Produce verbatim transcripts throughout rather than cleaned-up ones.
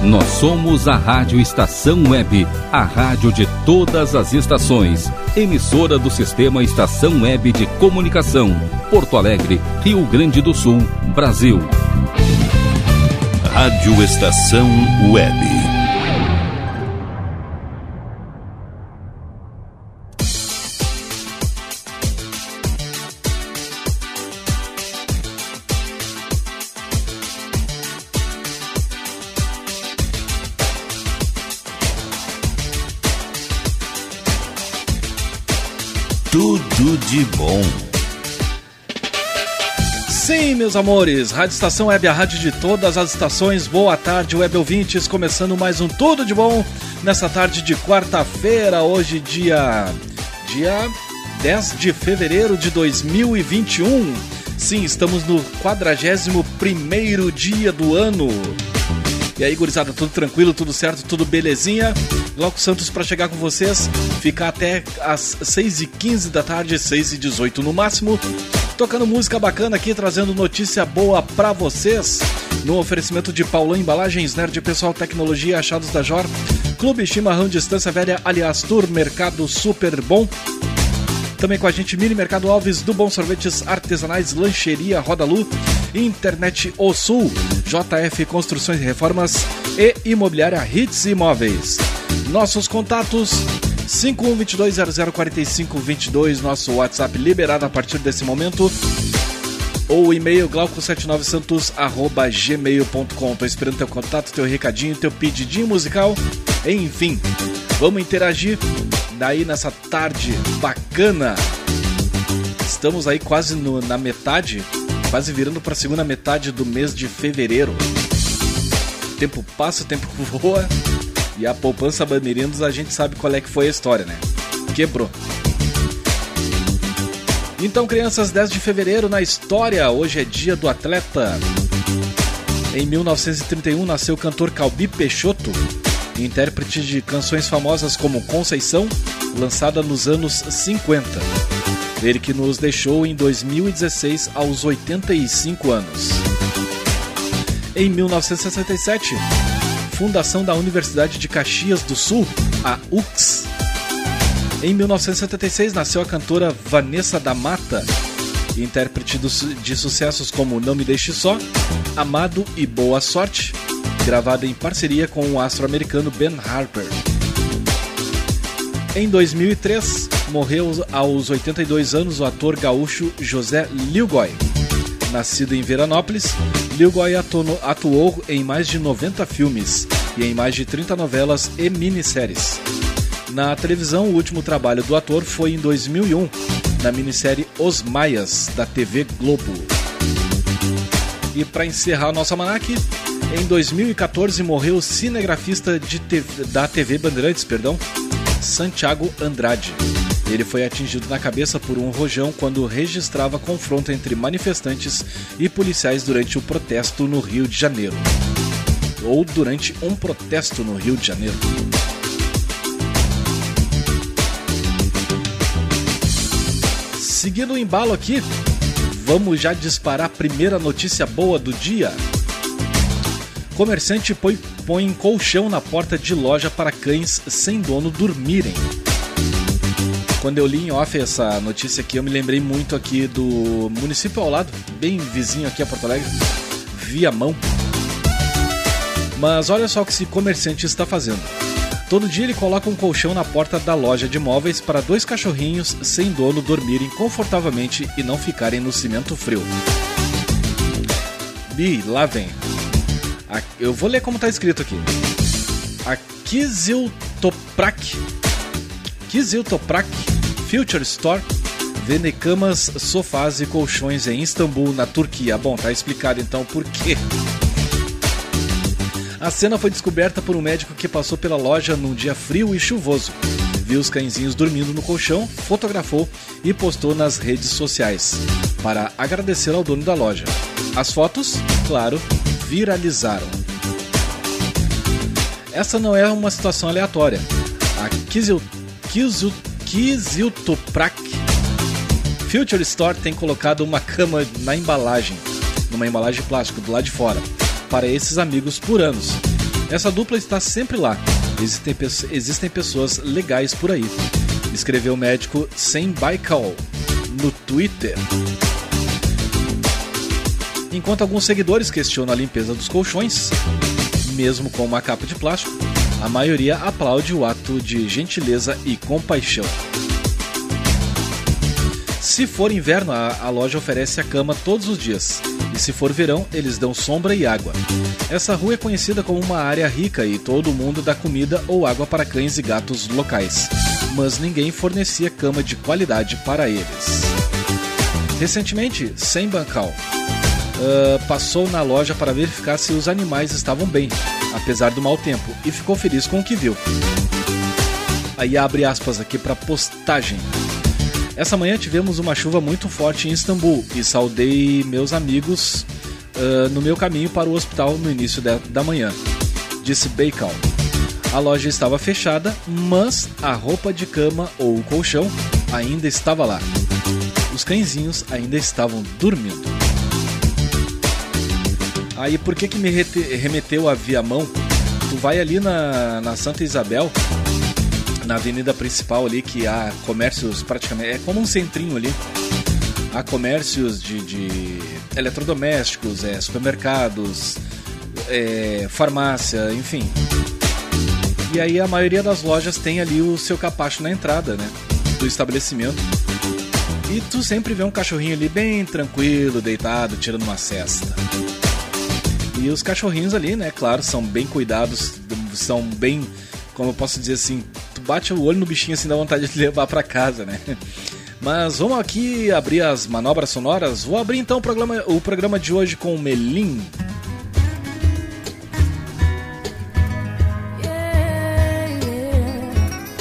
Nós somos a Rádio Estação Web, a rádio de todas as estações. Emissora do Sistema Estação Web de Comunicação. Porto Alegre, Rio Grande do Sul, Brasil. Rádio Estação Web. Tudo de bom. Sim, meus amores, Rádio Estação Web, a rádio de todas as estações. Boa tarde, web ouvintes, começando mais um Tudo de Bom nessa tarde de quarta-feira, hoje dia, dia dez de fevereiro de dois mil e vinte e um. Sim, estamos no quadragésimo primeiro dia do ano. E aí, gurizada, tudo tranquilo, tudo certo, tudo belezinha? Glauco Santos para chegar com vocês, ficar até às seis e quinze da tarde, seis e dezoito no máximo, tocando música bacana aqui, trazendo notícia boa pra vocês, no oferecimento de Paulão Embalagens, Nerd Pessoal Tecnologia, Achados da Jor, Clube Chimarrão Distância Velha, aliás, Tour Mercado Super Bom. Também com a gente, Mini Mercado Alves, do Bom Sorvetes Artesanais, Lancheria Roda Lu, Internet O Sul, J F Construções e Reformas e Imobiliária Hits Imóveis. Nossos contatos, cinco um dois dois zero zero quatro cinco dois dois, nosso WhatsApp liberado a partir desse momento, ou o e-mail glauco setenta e nove santos arroba gmail ponto com. Tô esperando teu contato, teu recadinho, teu pedidinho musical, enfim, vamos interagir daí nessa tarde bacana. Estamos aí quase no, na metade, quase virando para a segunda metade do mês de fevereiro. O tempo passa, o tempo voa, e a poupança Bandeirindos a gente sabe qual é que foi a história, né? Quebrou. Então, crianças, dez de fevereiro na história, hoje é dia do atleta. Em mil novecentos e trinta e um nasceu o cantor Calbi Peixoto, intérprete de canções famosas como Conceição, lançada nos anos cinquenta. Ele que nos deixou em dois mil e dezesseis aos oitenta e cinco anos. Em mil novecentos e sessenta e sete, fundação da Universidade de Caxias do Sul, a U C S. Em mil novecentos e setenta e seis nasceu a cantora Vanessa da Mata, intérprete de sucessos como Não Me Deixe Só, Amado e Boa Sorte, gravada em parceria com o astro-americano Ben Harper. Em dois mil e três, morreu aos oitenta e dois anos o ator gaúcho José Lilgoy. Nascido em Veranópolis, Lilgoy atuou em mais de noventa filmes e em mais de trinta novelas e minisséries. Na televisão, o último trabalho do ator foi em dois mil e um, na minissérie Os Maias, da T V Globo. E para encerrar o nosso almanaque, em dois mil e quatorze morreu o cinegrafista de T V, da T V Bandeirantes, perdão, Santiago Andrade. Ele foi atingido na cabeça por um rojão quando registrava confronto entre manifestantes e policiais durante o protesto no Rio de Janeiro. Ou durante um protesto no Rio de Janeiro. Seguindo o embalo aqui, vamos já disparar a primeira notícia boa do dia. Comerciante põe, põe colchão na porta de loja para cães sem dono dormirem. Quando eu li em off essa notícia aqui, eu me lembrei muito aqui do município ao lado, bem vizinho aqui a Porto Alegre, Viamão. Mas olha só o que esse comerciante está fazendo. Todo dia ele coloca um colchão na porta da loja de móveis para dois cachorrinhos sem dono dormirem confortavelmente e não ficarem no cimento frio. E lá vem. Eu vou ler como está escrito aqui. A Kiziltoprak Kiziltoprak Future Store vende camas, sofás e colchões em Istambul, na Turquia. Bom, tá explicado então por quê. A cena foi descoberta por um médico que passou pela loja num dia frio e chuvoso. Viu os cãezinhos dormindo no colchão, fotografou e postou nas redes sociais para agradecer ao dono da loja. As fotos, claro, viralizaram. Essa não é uma situação aleatória. A Kizil, Kizil, Kiziltoprak Future Store tem colocado uma cama na embalagem, numa embalagem plástica do lado de fora, para esses amigos por anos. Essa dupla está sempre lá. Existem, existem pessoas legais por aí, escreveu o médico Sam Baikal no Twitter. Enquanto alguns seguidores questionam a limpeza dos colchões, mesmo com uma capa de plástico, a maioria aplaude o ato de gentileza e compaixão. Se for inverno, a, a loja oferece a cama todos os dias. E se for verão, eles dão sombra e água. Essa rua é conhecida como uma área rica e todo mundo dá comida ou água para cães e gatos locais. Mas ninguém fornecia cama de qualidade para eles. Recentemente, Sam Baikal uh, passou na loja para verificar se os animais estavam bem, apesar do mau tempo, e ficou feliz com o que viu. Aí abre aspas aqui para postagem. Essa manhã tivemos uma chuva muito forte em Istambul e saudei meus amigos uh, no meu caminho para o hospital no início de, da manhã, disse Baikal. A loja estava fechada, mas a roupa de cama ou o colchão ainda estava lá. Os cãezinhos ainda estavam dormindo. Aí por que que me rete, remeteu a Viamão? Tu vai ali na, na Santa Isabel, na avenida principal ali, que há comércios praticamente, é como um centrinho ali. Há comércios de, de eletrodomésticos, é, supermercados, é, farmácia, enfim. E aí a maioria das lojas tem ali o seu capacho na entrada, né, do estabelecimento. E tu sempre vê um cachorrinho ali bem tranquilo, deitado, tirando uma cesta. E os cachorrinhos ali, né, claro, são bem cuidados, são bem, como eu posso dizer assim, tu bate o olho no bichinho assim, dá vontade de levar pra casa, né? Mas vamos aqui abrir as manobras sonoras. Vou abrir então o programa, o programa de hoje com o Melim. Yeah, yeah.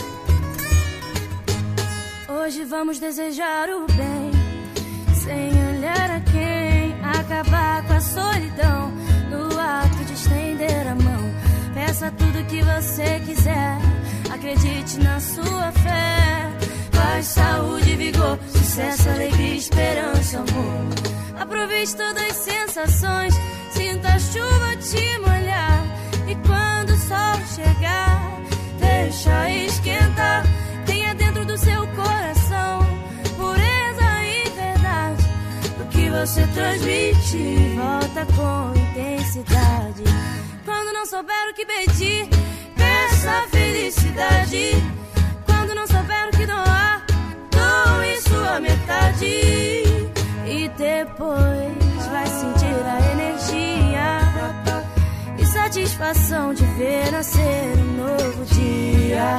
Hoje vamos desejar o bem, sem olhar a quem, acabar com a solidão, no ato de estender a mão. Peça tudo que você quiser, acredite na sua fé. Paz, saúde, vigor, sucesso, alegria, esperança, amor. Aproveite todas as sensações, sinta a chuva te molhar. E quando o sol chegar, deixa esquentar. Tenha dentro do seu coração pureza e verdade. O que você transmite volta com intensidade. Quando não souber o que pedir, peça felicidade. Quando não souber o que doar, doe sua metade. E depois vai sentir a energia e satisfação de ver nascer um novo dia.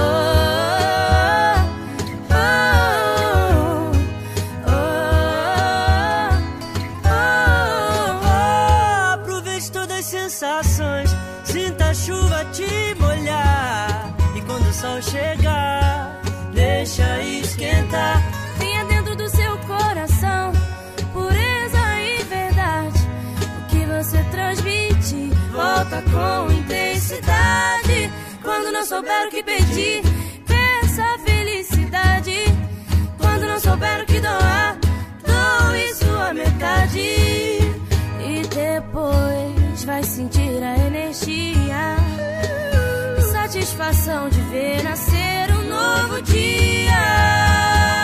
Oh, oh, oh, oh, oh, oh. Aproveite todas as sensações, sinta a chuva te molhar. E quando o sol chegar, deixa esquentar. Tenha dentro do seu coração pureza e verdade. O que você transmite volta com intensidade. Quando não souber o que pedir, peça felicidade. Quando não souber o que doar, doe sua metade. E depois vai sentir a energia e satisfação de ver nascer um novo dia.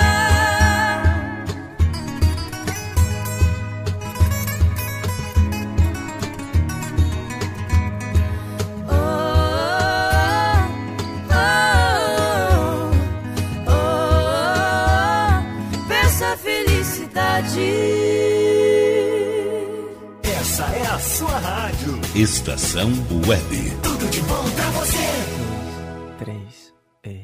Essa é a sua rádio. Estação Web. Tudo de bom pra você. Um, três, e...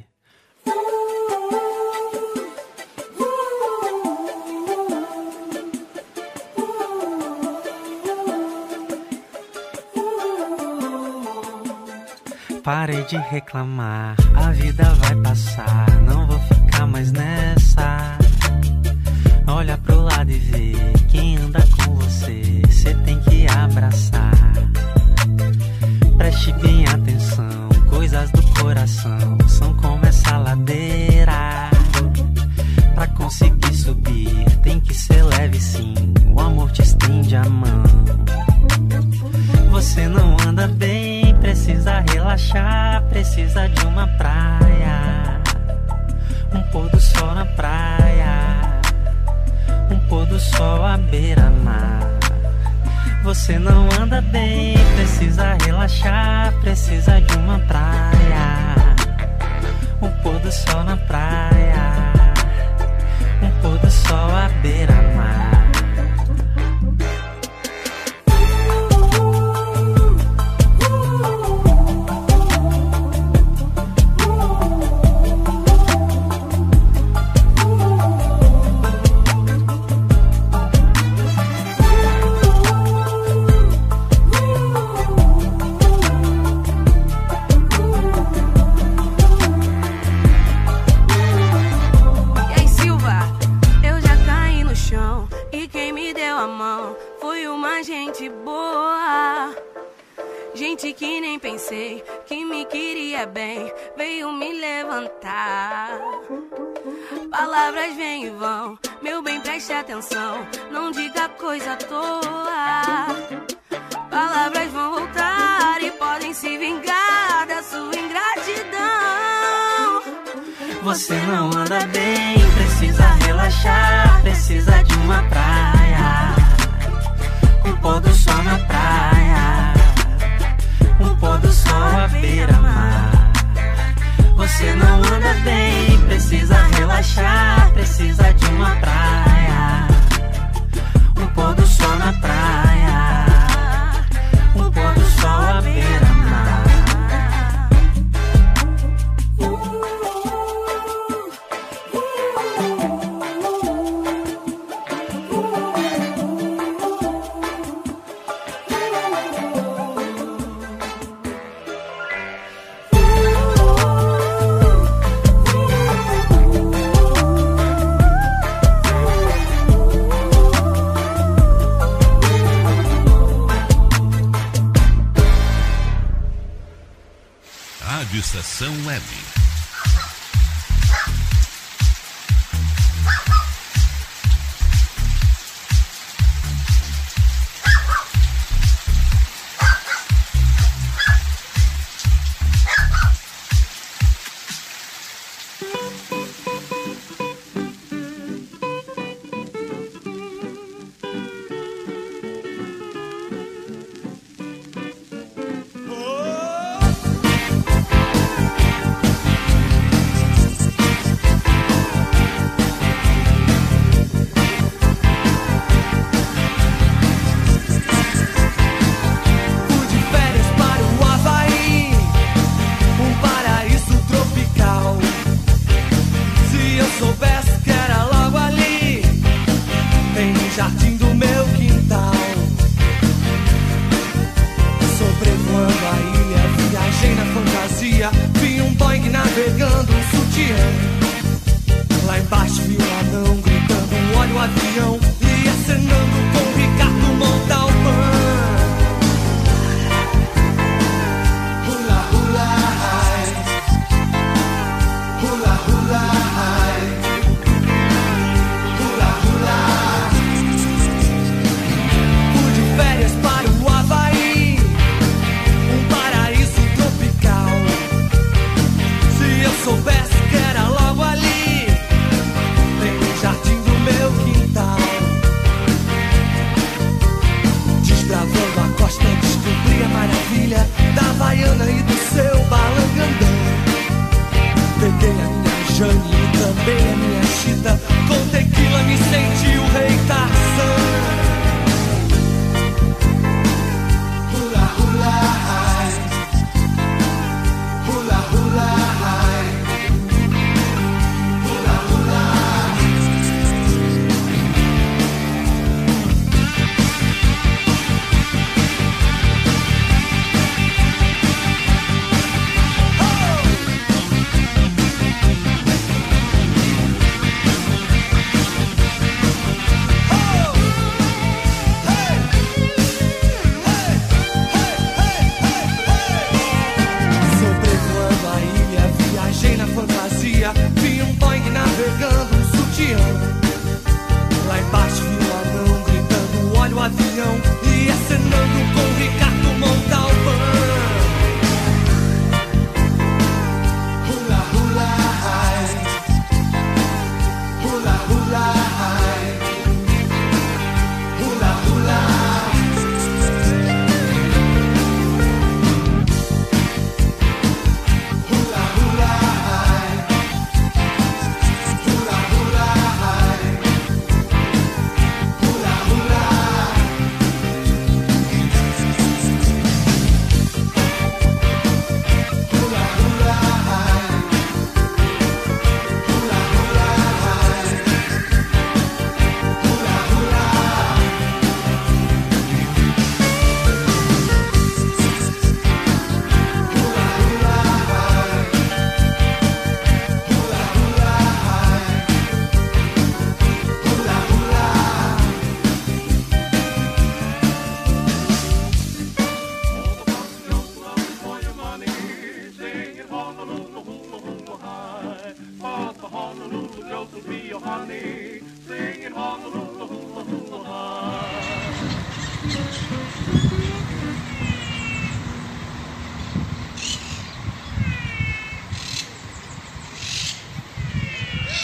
Parei de reclamar, a vida vai passar, não vou ficar mais nessa. Olha pro lado e vê quem anda com você, cê tem que abraçar. Preste bem atenção, coisas do coração são como essa ladeira. Pra conseguir subir tem que ser leve sim, o amor te estende a mão. Você não anda bem, precisa precisa relaxar, precisa de uma praia, um pôr do sol na praia, um pôr do sol à beira-mar. Você não anda bem, precisa relaxar, precisa de uma praia, um pôr do sol na praia, um pôr do sol à beira-mar. Gente que nem pensei, que me queria bem, veio me levantar. Palavras vêm e vão, meu bem, preste atenção, não diga coisa à toa. Palavras vão voltar e podem se vingar da sua ingratidão. Você não anda bem, precisa relaxar, precisa de uma praia, um pôr do sol na praia, um pôr do sol à beira-mar. Você não anda bem, precisa relaxar, precisa de uma praia, um pôr do sol na praia, um pôr do sol à beira-mar. Estação Web.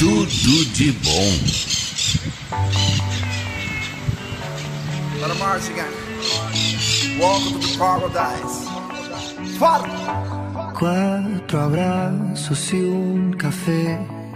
Tudo de bom. Let them march again. Welcome to the paradise. Fala! Cuatro abrazos y un café.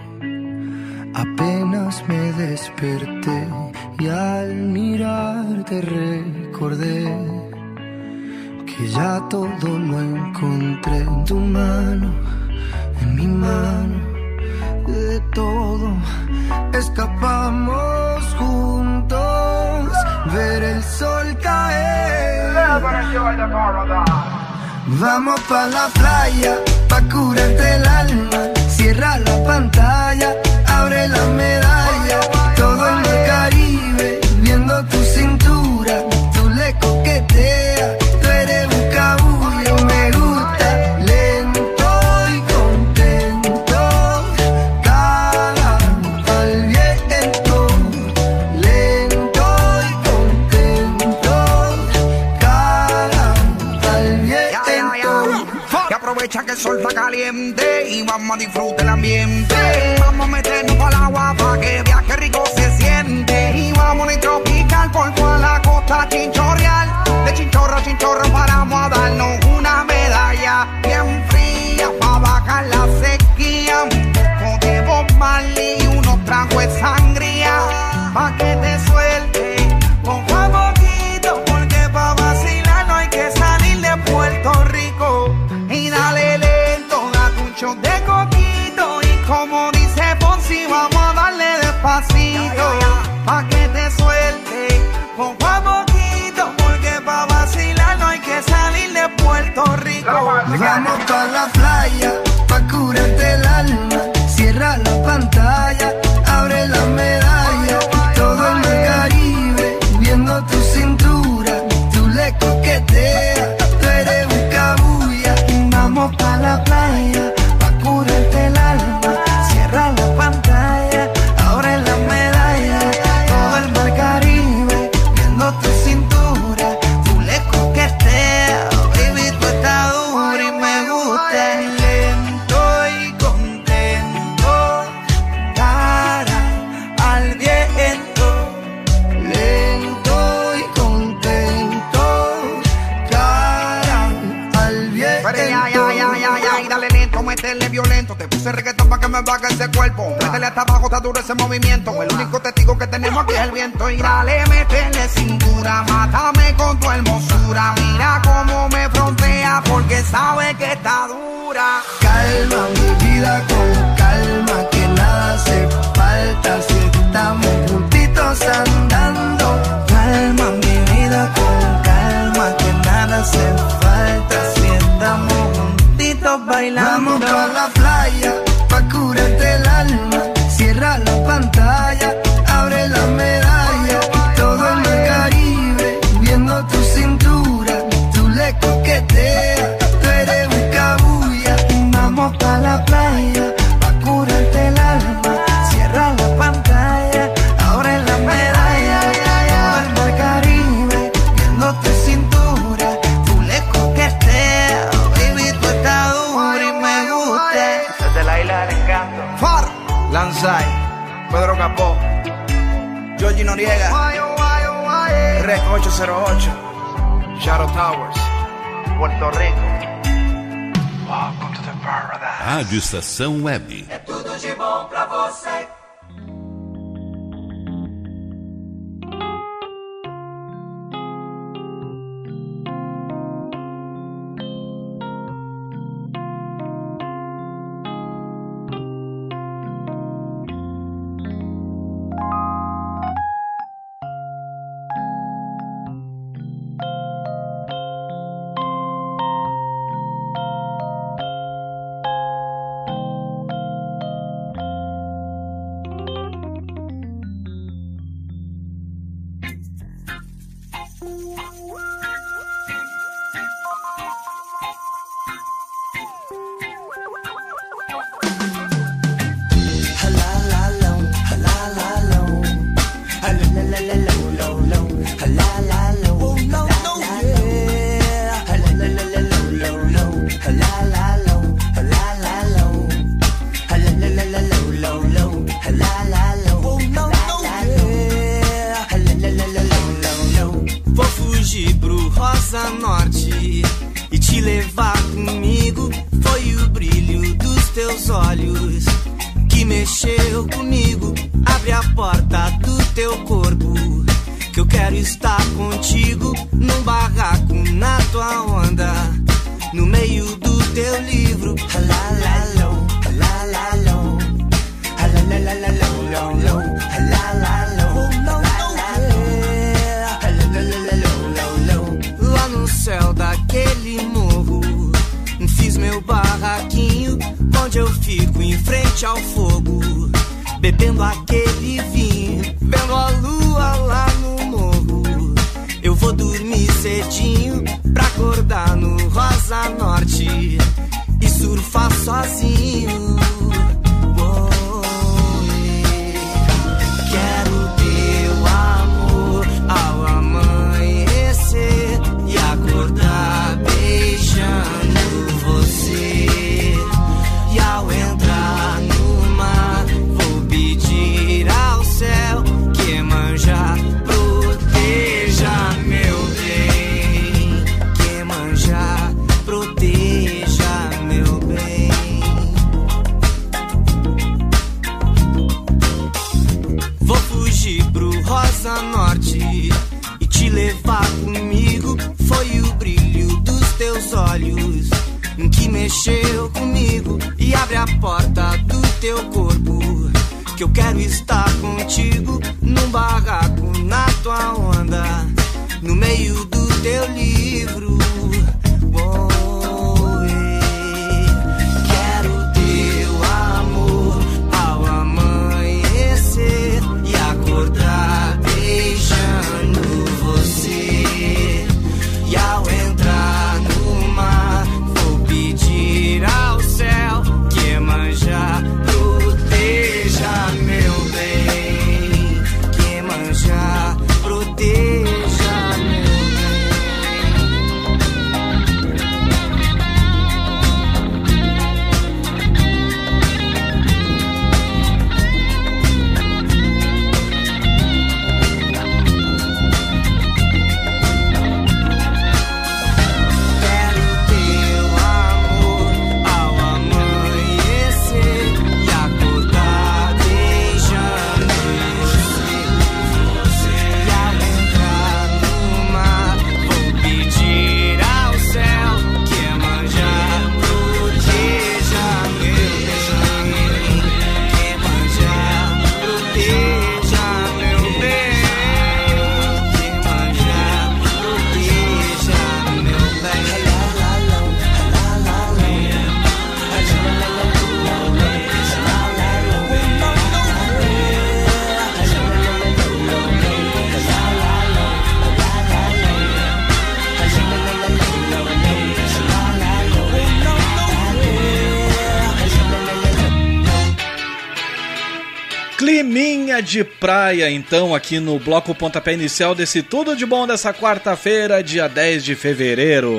Apenas me desperté y al mirarte recordé que ya todo lo encontré en tu mano, en mi mano. De todo escapamos juntos, ver el sol caer. Vamos pa' la playa, pa' curarte el alma. Cierra la pantalla, abre la medalla. Todo el mar Caribe, viendo tu cintura. Tú le coqueteas, tú eres un cabullo. Me gusta lento y contento. Cara al viento, lento y contento. Cara al viento. Y aprovecha que el sol está caliente y vamos a disfrutar el ambiente. Vamos a meternos al agua pa' que viaje rico se siente. Y vamos a tropical por toda la costa chinchorreal. De chinchorro a chinchorro paramos a darnos una medalla bien fría pa' bajar la sequía. Un poco de Bob Marley y unos tragos de sangría pa' que te suelte poco a poquito, porque pa' vacilar no hay que salir de Puerto Rico. Y dale lento, date un shot de coquito. Y como dice Ponzi, vamos a darle despacito pa' que te suelte poco a poquito, porque pa' vacilar no hay que salir de Puerto Rico. Vamos pa' la playa, pa' curarte el alma. Cierra la pantalla, abre la medalla. Todo el mar Caribe, viendo tu cintura. Tú le coqueteas, tú eres un cabulla. Vamos pa' la playa, pa' curarte el alma. Cierra la pantalla, abre la medalla. Todo el mar Caribe, viendo tu cintura. Tú le coqueteas, baby, tú estás dura y me gusta. Lento y contento, cara al viento. Lento y contento, cara al viento. Pero ya, ya, ya, ya, ya, y dale lento, métele violento. Te puse reggaetón pa' que me baje ese cuerpo. Métele hasta abajo, está duro ese movimiento. El único testigo que tenemos aquí es el viento. Y dale, métele cintura, mátame con tu hermosura. Mira cómo me frontea, porque sabe que está dura. Calma mi vida con calma, que nada hace falta si estamos juntitos andando. Calma mi vida con calma, que nada hace falta si estamos juntitos bailando. Vamos pa' la playa, pa' curarte el alma. Cierra la pantalla, abre la medalla. Todo el mar Caribe, viendo tu cintura. Tú le coqueteas, tú eres un cabulla. Vamos pa' la playa, pa' curarte el alma. Cierra la pantalla, abre la medalla. Todo el mar Caribe, viendo tu cintura. Tú le coqueteas, baby, tú estás dura y me gusta. Desde la isla del encanto, Far, Lanzai, Pedro Capó, Georgie Noriega, Rec ocho cero ocho, Shadow Towers, Puerto Rico. Welcome to the paradise. Rádio Estação Web. É tudo de bom pra você. levar comigo. Foi o brilho dos teus olhos que mexeu comigo. Abre a porta do teu corpo, que eu quero estar contigo. Num barraco, na tua onda, no meio do teu livro. Halalalo, halalalo, halalalo, halalalo, halalalo. Lá no céu daquele morro, fiz meu barraquinho, onde eu fico em frente ao fogo, bebendo aquele vinho, vendo a lua lá no morro. Eu vou dormir cedinho pra acordar no Rosa Norte e surfar sozinho. Oh, yeah. Quero teu amor ao amanhecer e acordar beijando você. E ao entrar no mar, vou pedir ao céu que Iemanjá proteja meu bem. Que Iemanjá proteja meu bem. Vou fugir pro Rosa Norte e te levar comigo. Foi o brilho dos teus olhos que mexeu comigo. E abre a porta do teu corpo, que eu quero estar contigo. Num barraco, na tua onda, no meio do teu livro. Oh, yeah. Quero teu amor ao amanhecer e acordar beijando você. E ao entrar no mar, vou pedir ao céu que Iemanjá proteja meu bem. Que Iemanjá proteja meu bem. Quero teu amor ao amanhecer e acordar beijando você. E ao entrar no mar, vou pedir ao céu que Iemanjá proteja meu bem. Que Iemanjá proteja meu bem. Que Iemanjá proteja meu bem. Climinha de praia, então, aqui no bloco pontapé inicial desse Tudo de Bom dessa quarta-feira, dia dez de fevereiro.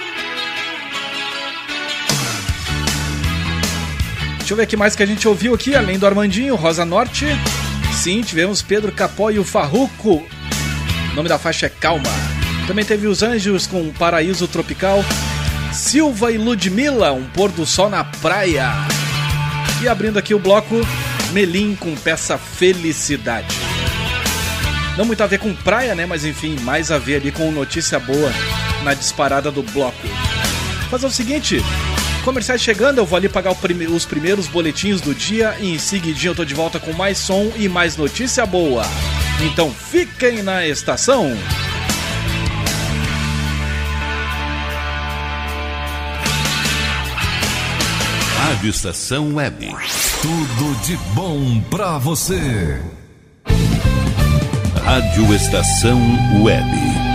Deixa eu ver o que mais que a gente ouviu aqui, além do Armandinho, Rosa Norte. Sim, tivemos Pedro Capó e o Farruco. O nome da faixa é Calma. Também teve Os Anjos com Paraíso Tropical. Silva e Ludmilla, Um Pôr do Sol na Praia. E abrindo aqui o bloco, Melim com peça Felicidade. Não muito a ver com praia, né? Mas enfim, mais a ver ali com notícia boa na disparada do bloco. Fazer o seguinte, comerciais chegando, eu vou ali pagar prime- os primeiros boletins do dia e em seguidinho eu tô de volta com mais som e mais notícia boa. Então fiquem na estação. Rádio Estação Web. Tudo de bom pra você. Rádio Estação Web.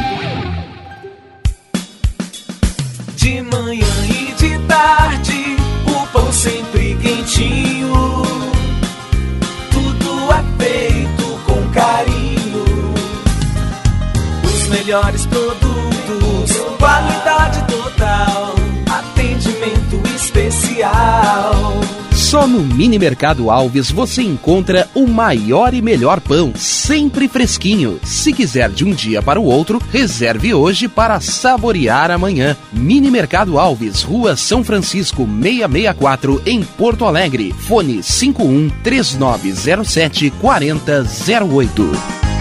De manhã e de tarde, o pão sempre quentinho. Tudo é feito com carinho. Os melhores produtos, qualidade total, atendimento especial. Só no Mini Mercado Alves você encontra o maior e melhor pão, sempre fresquinho. Se quiser de um dia para o outro, reserve hoje para saborear amanhã. Mini Mercado Alves, Rua São Francisco seiscentos e sessenta e quatro, em Porto Alegre. Fone cinco um três nove zero sete quatro zero zero oito.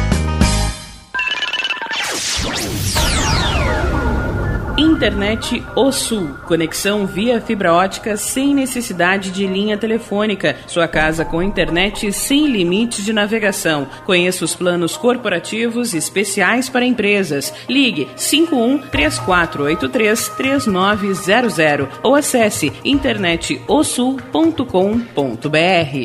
Internet O Sul. Conexão via fibra ótica sem necessidade de linha telefônica. Sua casa com internet sem limites de navegação. Conheça os planos corporativos especiais para empresas. Ligue cinco um três quatro oito três três nove zero zero ou acesse internet o sul ponto com ponto b r.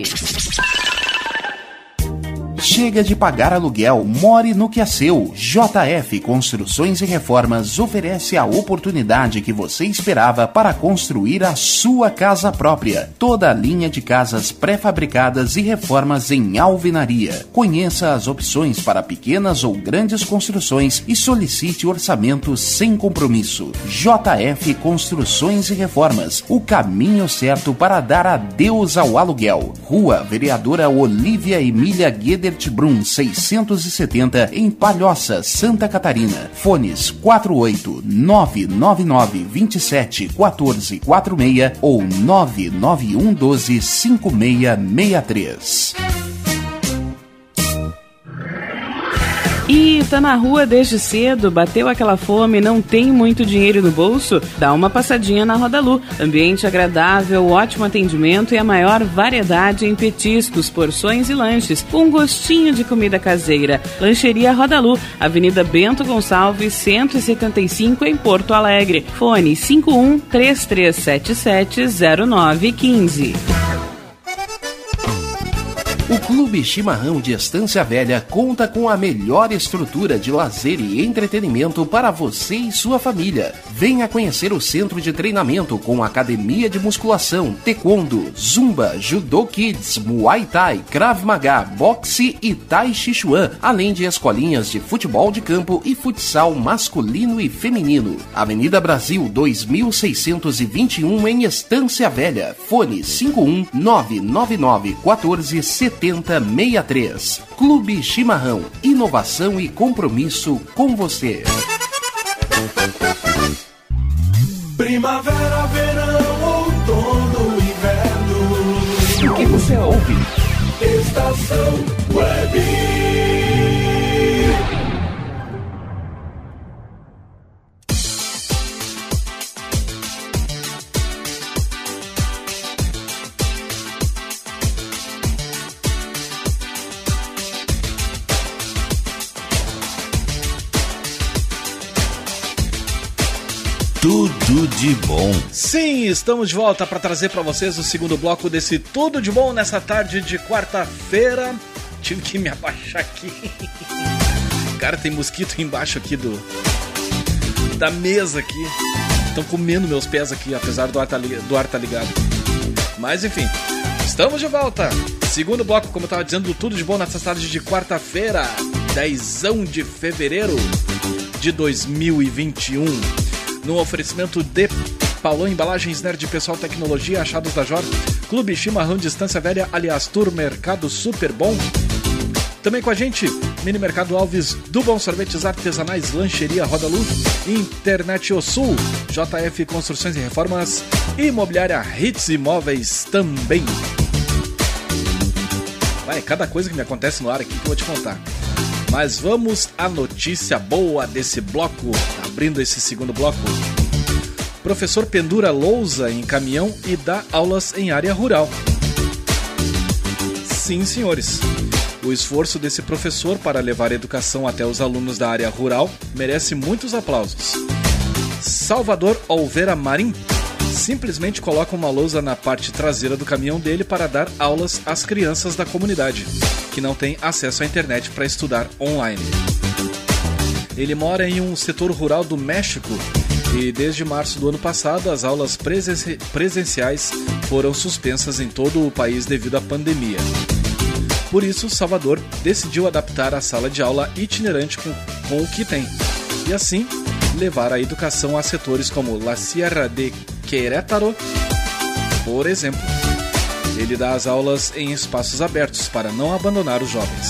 Chega de pagar aluguel, more no que é seu. J F Construções e Reformas oferece a oportunidade que você esperava para construir a sua casa própria. Toda a linha de casas pré-fabricadas e reformas em alvenaria. Conheça as opções para pequenas ou grandes construções e solicite orçamento sem compromisso. J F Construções e Reformas, o caminho certo para dar adeus ao aluguel. Rua Vereadora Olívia Emília Gueder Brum seiscentos e setenta, em Palhoça, Santa Catarina. Fones quatro oito nove nove nove dois sete um quatro quatro seis ou nove nove um um doze cinco seis seis três. E tá na rua desde cedo, bateu aquela fome, não tem muito dinheiro no bolso? Dá uma passadinha na Rodalu. Ambiente agradável, ótimo atendimento e a maior variedade em petiscos, porções e lanches, com um gostinho de comida caseira. Lancheria Rodalu, Avenida Bento Gonçalves, cento e setenta e cinco, em Porto Alegre. Fone cinco um três três sete sete zero nove um cinco. O Clube Chimarrão de Estância Velha conta com a melhor estrutura de lazer e entretenimento para você e sua família. Venha conhecer o centro de treinamento com academia de musculação, taekwondo, zumba, judô kids, muay thai, krav maga, boxe e tai chi chuan, além de escolinhas de futebol de campo e futsal masculino e feminino. Avenida Brasil dois mil seiscentos e vinte e um, em Estância Velha. Fone cinco um nove nove nove quatro zero sete zero seis três. Clube Chimarrão, inovação e compromisso com você. Primavera, verão, outono, inverno. O que você ouve? Estação Web. Tudo de bom. Sim, estamos de volta para trazer para vocês o segundo bloco desse Tudo de Bom nessa tarde de quarta-feira. Tive que me abaixar aqui. Cara, tem mosquito embaixo aqui do da mesa aqui. Estão comendo meus pés aqui, apesar do ar tá, do ar tá ligado. Mas enfim, estamos de volta. Segundo bloco, como eu estava dizendo, do Tudo de Bom nessa tarde de quarta-feira, dez de fevereiro de dois mil e vinte e um. No oferecimento de Paulão Embalagens, Nerd Pessoal Tecnologia, Achados da Jor, Clube Chimarrão de Estância Velha, aliás, Tour Mercado Super Bom. Também com a gente, Mini Mercado Alves, do Bom Sorvetes Artesanais, Lancheria Rodalu, Internet O Sul, J F Construções e Reformas, Imobiliária Hits Imóveis também. Vai, cada coisa que me acontece no ar aqui que eu vou te contar. Mas vamos à notícia boa desse bloco, abrindo esse segundo bloco. Professor pendura lousa em caminhão e dá aulas em área rural. Sim, senhores. O esforço desse professor para levar a educação até os alunos da área rural merece muitos aplausos. Salvador Olveira Marim simplesmente coloca uma lousa na parte traseira do caminhão dele para dar aulas às crianças da comunidade, que não têm acesso à internet para estudar online. Ele mora em um setor rural do México e desde março do ano passado as aulas presen- presenciais foram suspensas em todo o país devido à pandemia. Por isso, Salvador decidiu adaptar a sala de aula itinerante com, com o que tem e assim levar a educação a setores como La Sierra de Querétaro, por exemplo. Ele dá as aulas em espaços abertos para não abandonar os jovens.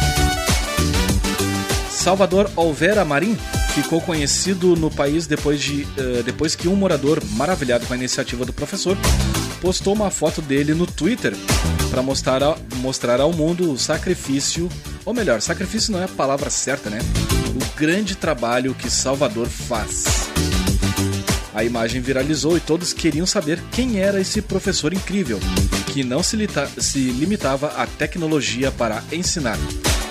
Salvador Olvera Marim ficou conhecido no país depois, de, uh, depois que um morador, maravilhado com a iniciativa do professor, postou uma foto dele no Twitter para mostrar, a, mostrar ao mundo o sacrifício, ou melhor, sacrifício não é a palavra certa, né? O grande trabalho que Salvador faz. A imagem viralizou e todos queriam saber quem era esse professor incrível, que não se, lita, se limitava à tecnologia para ensinar.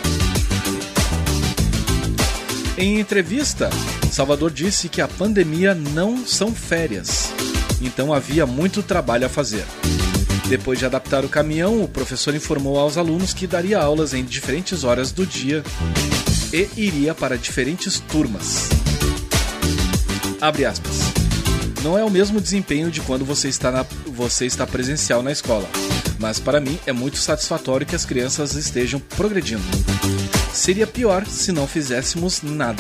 Em entrevista, Salvador disse que a pandemia não são férias, então havia muito trabalho a fazer. Depois de adaptar o caminhão, o professor informou aos alunos que daria aulas em diferentes horas do dia e iria para diferentes turmas. Abre aspas. Não é o mesmo desempenho de quando você está, na, você está presencial na escola, mas para mim é muito satisfatório que as crianças estejam progredindo. Seria pior se não fizéssemos nada.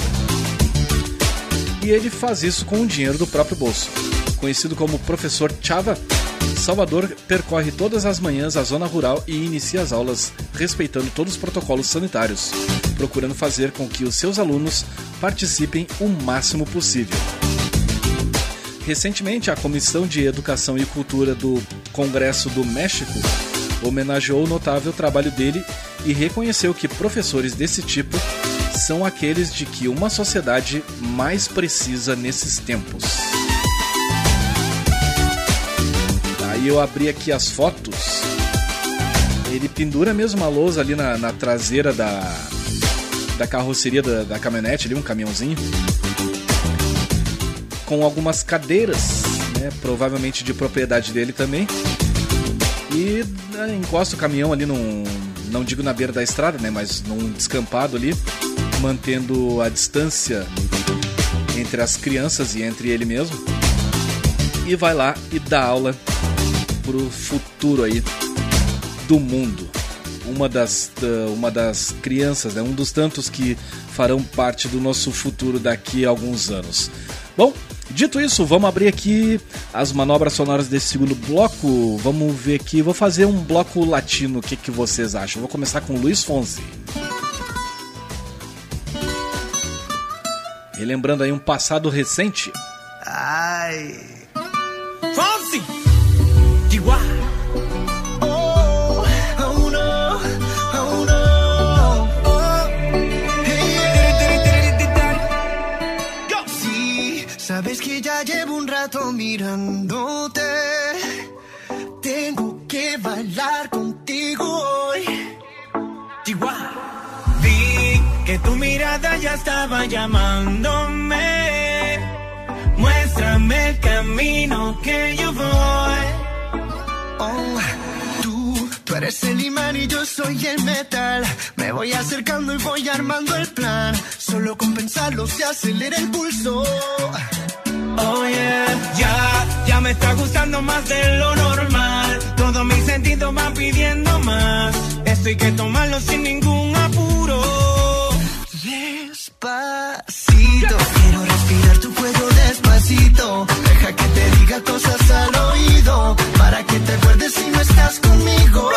E ele faz isso com o dinheiro do próprio bolso. Conhecido como Professor Chava, Salvador percorre todas as manhãs a zona rural e inicia as aulas respeitando todos os protocolos sanitários, procurando fazer com que os seus alunos participem o máximo possível. Recentemente, a Comissão de Educação e Cultura do Congresso do México homenageou o notável trabalho dele e reconheceu que professores desse tipo são aqueles de que uma sociedade mais precisa nesses tempos. Aí eu abri aqui as fotos. Ele pendura mesmo uma lousa ali na, na traseira da, da carroceria da, da caminhonete, ali um caminhãozinho, com algumas cadeiras, né, provavelmente de propriedade dele também. E né, encosta o caminhão ali num, não digo na beira da estrada, né, mas num descampado ali, mantendo a distância entre as crianças e entre ele mesmo. E vai lá e dá aula pro futuro aí do mundo. Uma das, uma das crianças, né, um dos tantos que farão parte do nosso futuro daqui a alguns anos. Bom, dito isso, vamos abrir aqui as manobras sonoras desse segundo bloco. Vamos ver aqui, vou fazer um bloco latino, o que, que vocês acham? Vou começar com Luiz Fonsi. Relembrando aí um passado recente. Ai. Fonsi! Chihuahua! Sabes que ya llevo un rato mirándote. Tengo que bailar contigo hoy. Chihuahua. Vi que tu mirada ya estaba llamándome. Muéstrame el camino que yo voy. Oh, tú, tú eres el imán y yo soy el metal. Me voy acercando y voy armando el plan. Solo con pensarlo se acelera el pulso. Oh yeah, ya, ya me está gustando más de lo normal. Todos mis sentidos van pidiendo más. Esto hay que tomarlo sin ningún apuro. Despacito, quiero respirar tu cuello despacito. Deja que te diga cosas al oído, para que te acuerdes si no estás conmigo.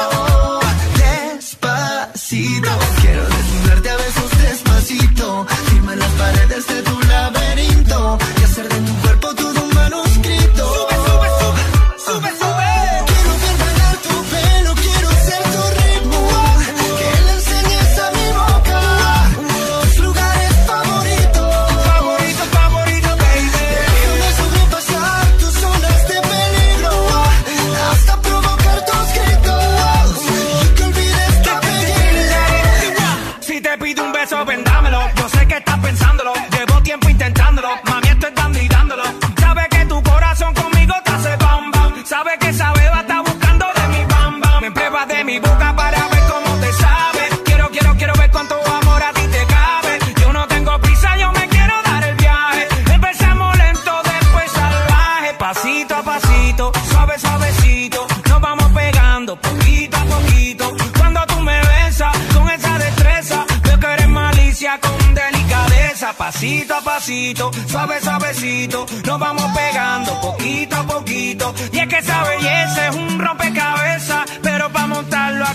Despacito, quiero desnudarte a besos despacito. Firma las paredes de tu laberinto y hacer de tu cuerpo todo un manuscrito. Sube, sube, sube, sube, sube. Quiero ver bailar tu pelo, quiero ser tu ritmo. Que le enseñes a mi boca los lugares favoritos. Favorito, favorito, baby. Déjame sobrepasar tus zonas de peligro hasta provocar tus gritos y que olvides tu apellido. Si te pido un beso, vendámelo. Yo sé que estás pensándolo. Llevo tiempo intentándolo. Mami, estoy dando y dándolo. Sabe que tu corazón conmigo te hace bam bam. Sabe que esa beba está buscando de mi bam bam. Me pruebas de mi boca para ver cómo te sabe. Quiero, quiero, quiero ver cuánto amor a ti te cabe. Yo no tengo prisa, yo me quiero dar el viaje. Empezamos lento, después salvaje. Pasito a pasito, suave, suavecito. Nos vamos pegando poquito a poquito. Cuando tú me besas con esa destreza, veo que eres malicia con delicadeza. Pasito a pasito, suave, suavecito. Nos vamos pegando poquito a poquito. Y es que esa belleza es un rompecabezas.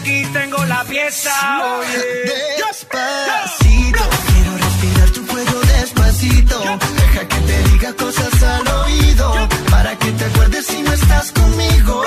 aquí tengo la pieza. Oye, despacito, quiero respirar tu cuello despacito. Deja que te diga cosas al oído, para que te acuerdes si no estás conmigo.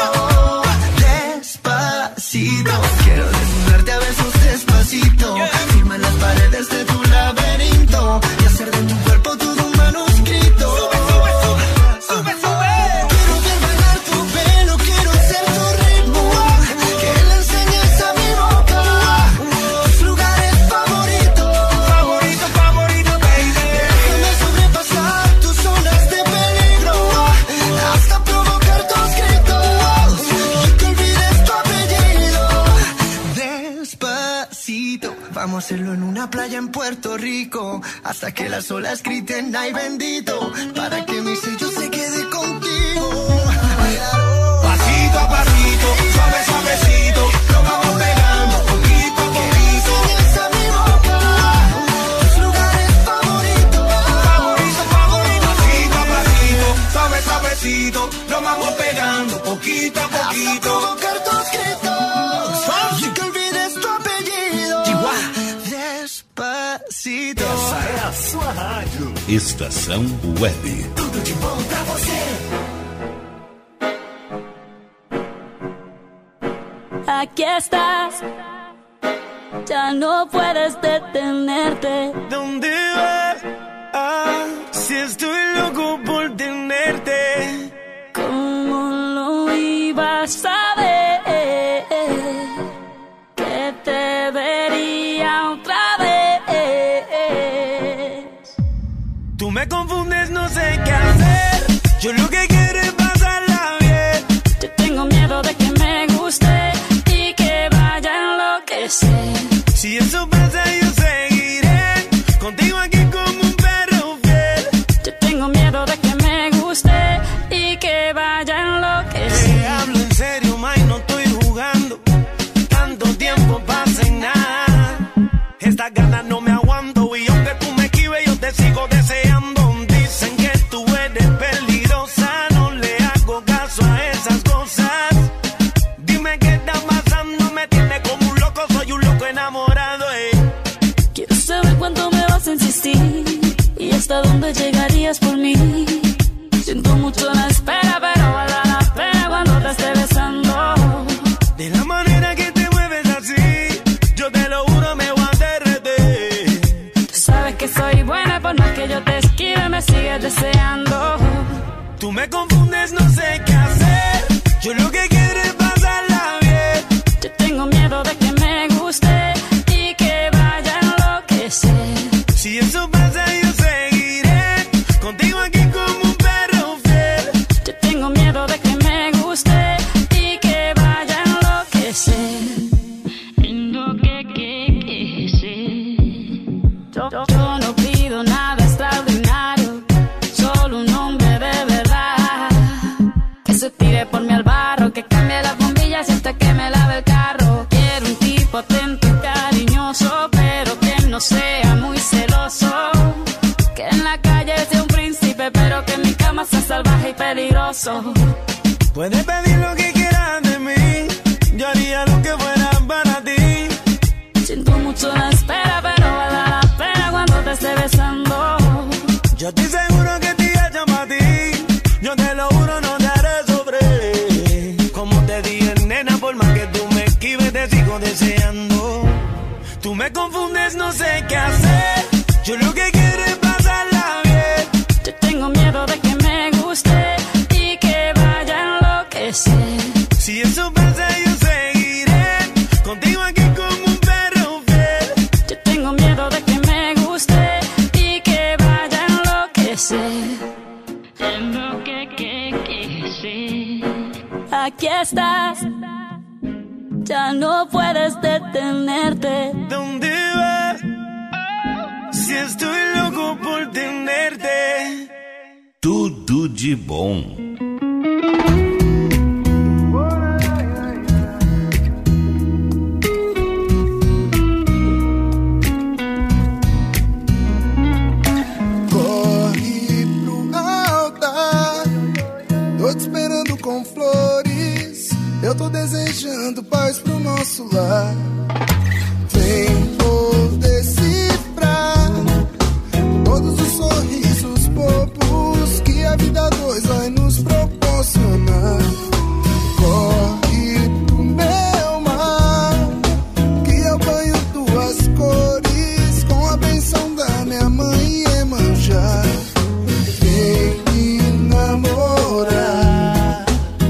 Despacito, quiero desnudarte a besos despacito. Firma en las paredes de tu laberinto y hacer de tu cuerpo todo un manuscrito. Sube, sube, sube, sube, sube. Quiero ver bailar tu pelo, quiero ser tu ritmo. Que le enseñes a mi boca tus lugares favoritos. Favorito, favorito, baby. Déjame sobrepasar tus zonas de peligro, hasta provocar tus gritos y que olvides tu apellido. Despacito, vamos a hacerlo en una playa en Puerto Rico, hasta que las olas griten ay bendito, para que mi sello se quede contigo. Pasito a pasito, suave, suavecito, lo vamos pegando poquito a poquito. Enseñas a mi boca tus lugares favoritos. Favorito, favorito. Pasito a pasito, suave, suavecito, lo vamos pegando poquito a poquito. Hasta provocar tus gritos y que olvides tu apellido. Despacito. Essa é a sua rádio. Estação Web. Tudo de bom pra você. Aquí estás, ya no puedes detenerte. ¿Dónde vas? Ah, si estoy loco por tenerte. ¿Cómo lo ibas a ver? Que te vería otra vez. Tú me confundes, no sé qué hacer. Yo lo que quiero es pasarla bien. Yo tengo miedo de que me guste y que vaya a enloquecer. Si eso pasa yo seguiré contigo aquí como un perro fiel. Yo tengo miedo de que me guste y que vaya a enloquecer. Te hablo en serio, May, no estoy jugando. Tanto tiempo pasa y nada. Estas ganas no me aguanto y aunque tú me esquives yo te sigo deseando. Dicen que tú eres peligrosa, no le hago caso a esas cosas. Dime qué está pasando, me tiene como un loco, soy un loco enamorado, eh. Quiero saber cuánto me vas a insistir y hasta dónde llegarías por mí. Siento mucho la espera, pero vale la pena cuando te esté besando. De la manera que te mueves así, yo te lo juro me voy a derretir. Tú sabes que soy buena y por más que yo te esquive me sigues deseando. Tú me confundes, no sé qué hacer. Yo lo que quiero es pasarla bien. Yo tengo miedo de que me guste y que vaya a enloquecer. Si eso pasa yo seguiré contigo aquí como un perro fiel. Yo tengo miedo de que me guste y que vaya a enloquecer. Yo, yo, yo no pido nada extraordinario, solo un hombre de verdad. Que se tire por mí al barro, que cambie las bombillas hasta que me lave el carro. Quiero un tipo atento y cariñoso, pero que no sea muy celoso. Que en la calle sea un príncipe, pero que en mi cama sea salvaje y peligroso. Puedes pedir lo que quieras de mí, yo haría lo que fuera para ti. Siento mucho la espera, pero vale la pena cuando te esté besando. Yo estoy seguro que te llamo para ti, yo te lo juro no te haré sobre. Como te dije, nena, por más que tú me esquives te sigo deseando. Tú me confundes, no sé qué hacer. Yo lo que quiero es pasarla bien. Yo tengo miedo de que me guste y que vaya a enloquecer. Si eso pasa yo seguiré contigo aquí como un perro fiel. Yo tengo miedo de que me guste y que vaya a enloquecer. Enloquecer. Aquí estás, ya no puedes detenerte. ¿Dónde vas? Si estoy loco por tenerte. Tudo de bom. Corre pro altar, tô te esperando com flores. Eu tô desenhando desejando paz pro nosso lar. Vem, vou decifrar todos os sorrisos bobos que a vida dois vai nos proporcionar. Corre pro meu mar, que eu banho tuas cores com a benção da minha mãe Iemanjá. Vem me namorar,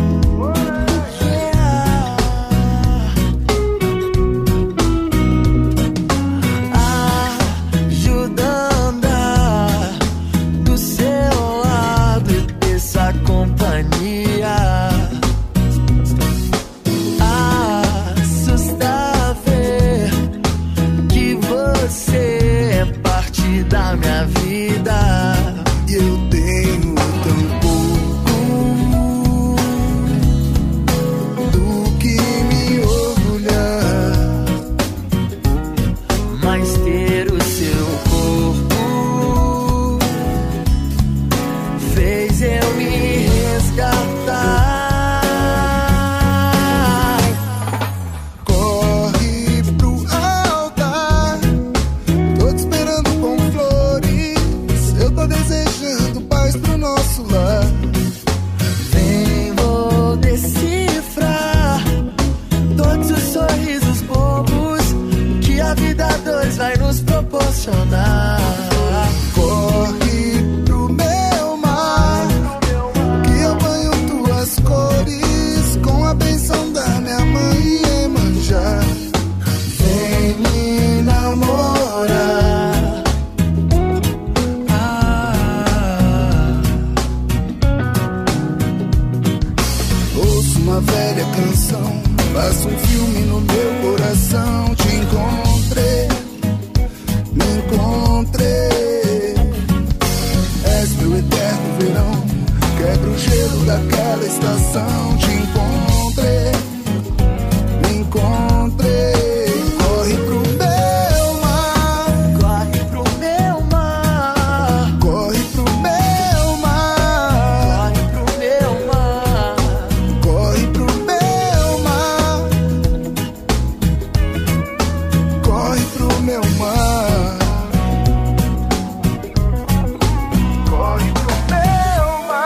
ajuda a andar do seu lado e dessa companhia. Assusta ver que você é parte da minha vida. E eu tenho tão pouco do que me orgulhar, mas ter o seu corpo fez eu me resgatar. Corre pro altar, tô te esperando com flores. Eu tô desejando paz pro nosso lar. Vem, vou decifrar todos os sorrisos bobos que a vida dois vai nos proporcionar. Corre pro meu mar, que eu banho tuas cores com a benção da minha mãe Iemanjá. Vem me namorar, ouço uma velha canção, faço um filme no meu coração. Te encontrei, me encontrei. És meu eterno verão, quebra o gelo daquela estação. Te encontrei, me encontrei. Corre pro meu mar, corre pro meu mar, corre pro meu mar, corre pro meu mar, corre pro meu mar, corre pro meu mar, corre pro meu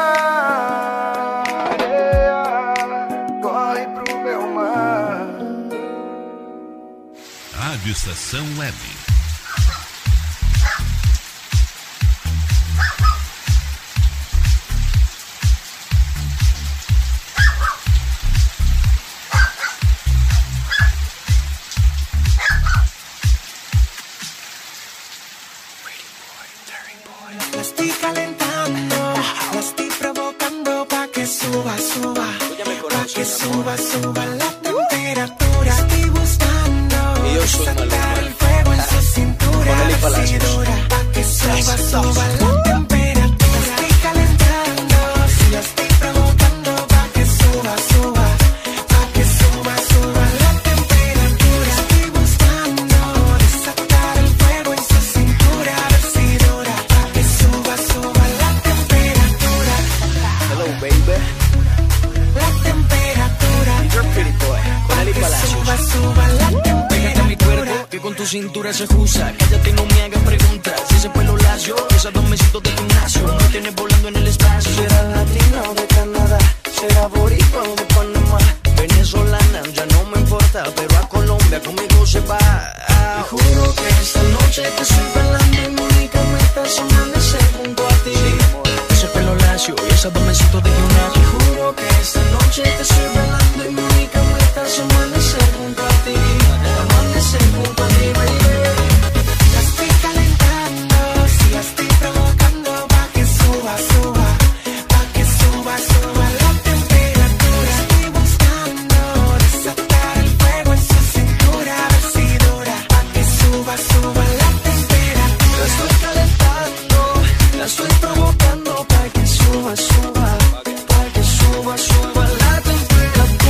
mar, corre pro meu mar. Rádio Estação Web. La estoy calentando, la estoy provocando pa' que suba, suba, pa' que suba, suba la temperatura. Estoy buscando desatar el fuego en su cintura, decidora, pa' que suba, suba la temperatura. La estoy calentando, la estoy provocando pa' que suba, suba, pa' que suba, suba la temperatura. Estoy buscando desatar el fuego en su cintura, decidora, pa' que suba, suba la temperatura. Hello, baby. La temperatura. You're pretty boy. Con Ali Palacios. Suba, suba la temperatura. Pégate a mi cuerpo, que con tu cintura se ajusta. Cállate y no me hagas preguntas. Si ese pelo lacio, esos dos mesitos de gimnasio, me tienes volando en el espacio. Será latina o de Canadá, será boricua o de Panamá, Venezolana, ya no me importa, pero a Colombia conmigo se va. Te juro que esta noche te estoy bailando y mi única meta es amanecer junto a ti. Ese pelo lacio y esos dos mesitos de gimnasio. Te juro que esta noche te estoy bailando y mi única meta es amanecer junto a ti. Amanecer junto a ti, baby. La estoy calentando, sí la estoy provocando pa' que suba, suba, pa' que suba, suba la temperatura. Estoy buscando desatar el fuego en su cintura, decidora, pa' que suba, suba la temperatura. La estoy calentando, la estoy provocando pa' que suba, suba, pa' que suba, suba la temperatura.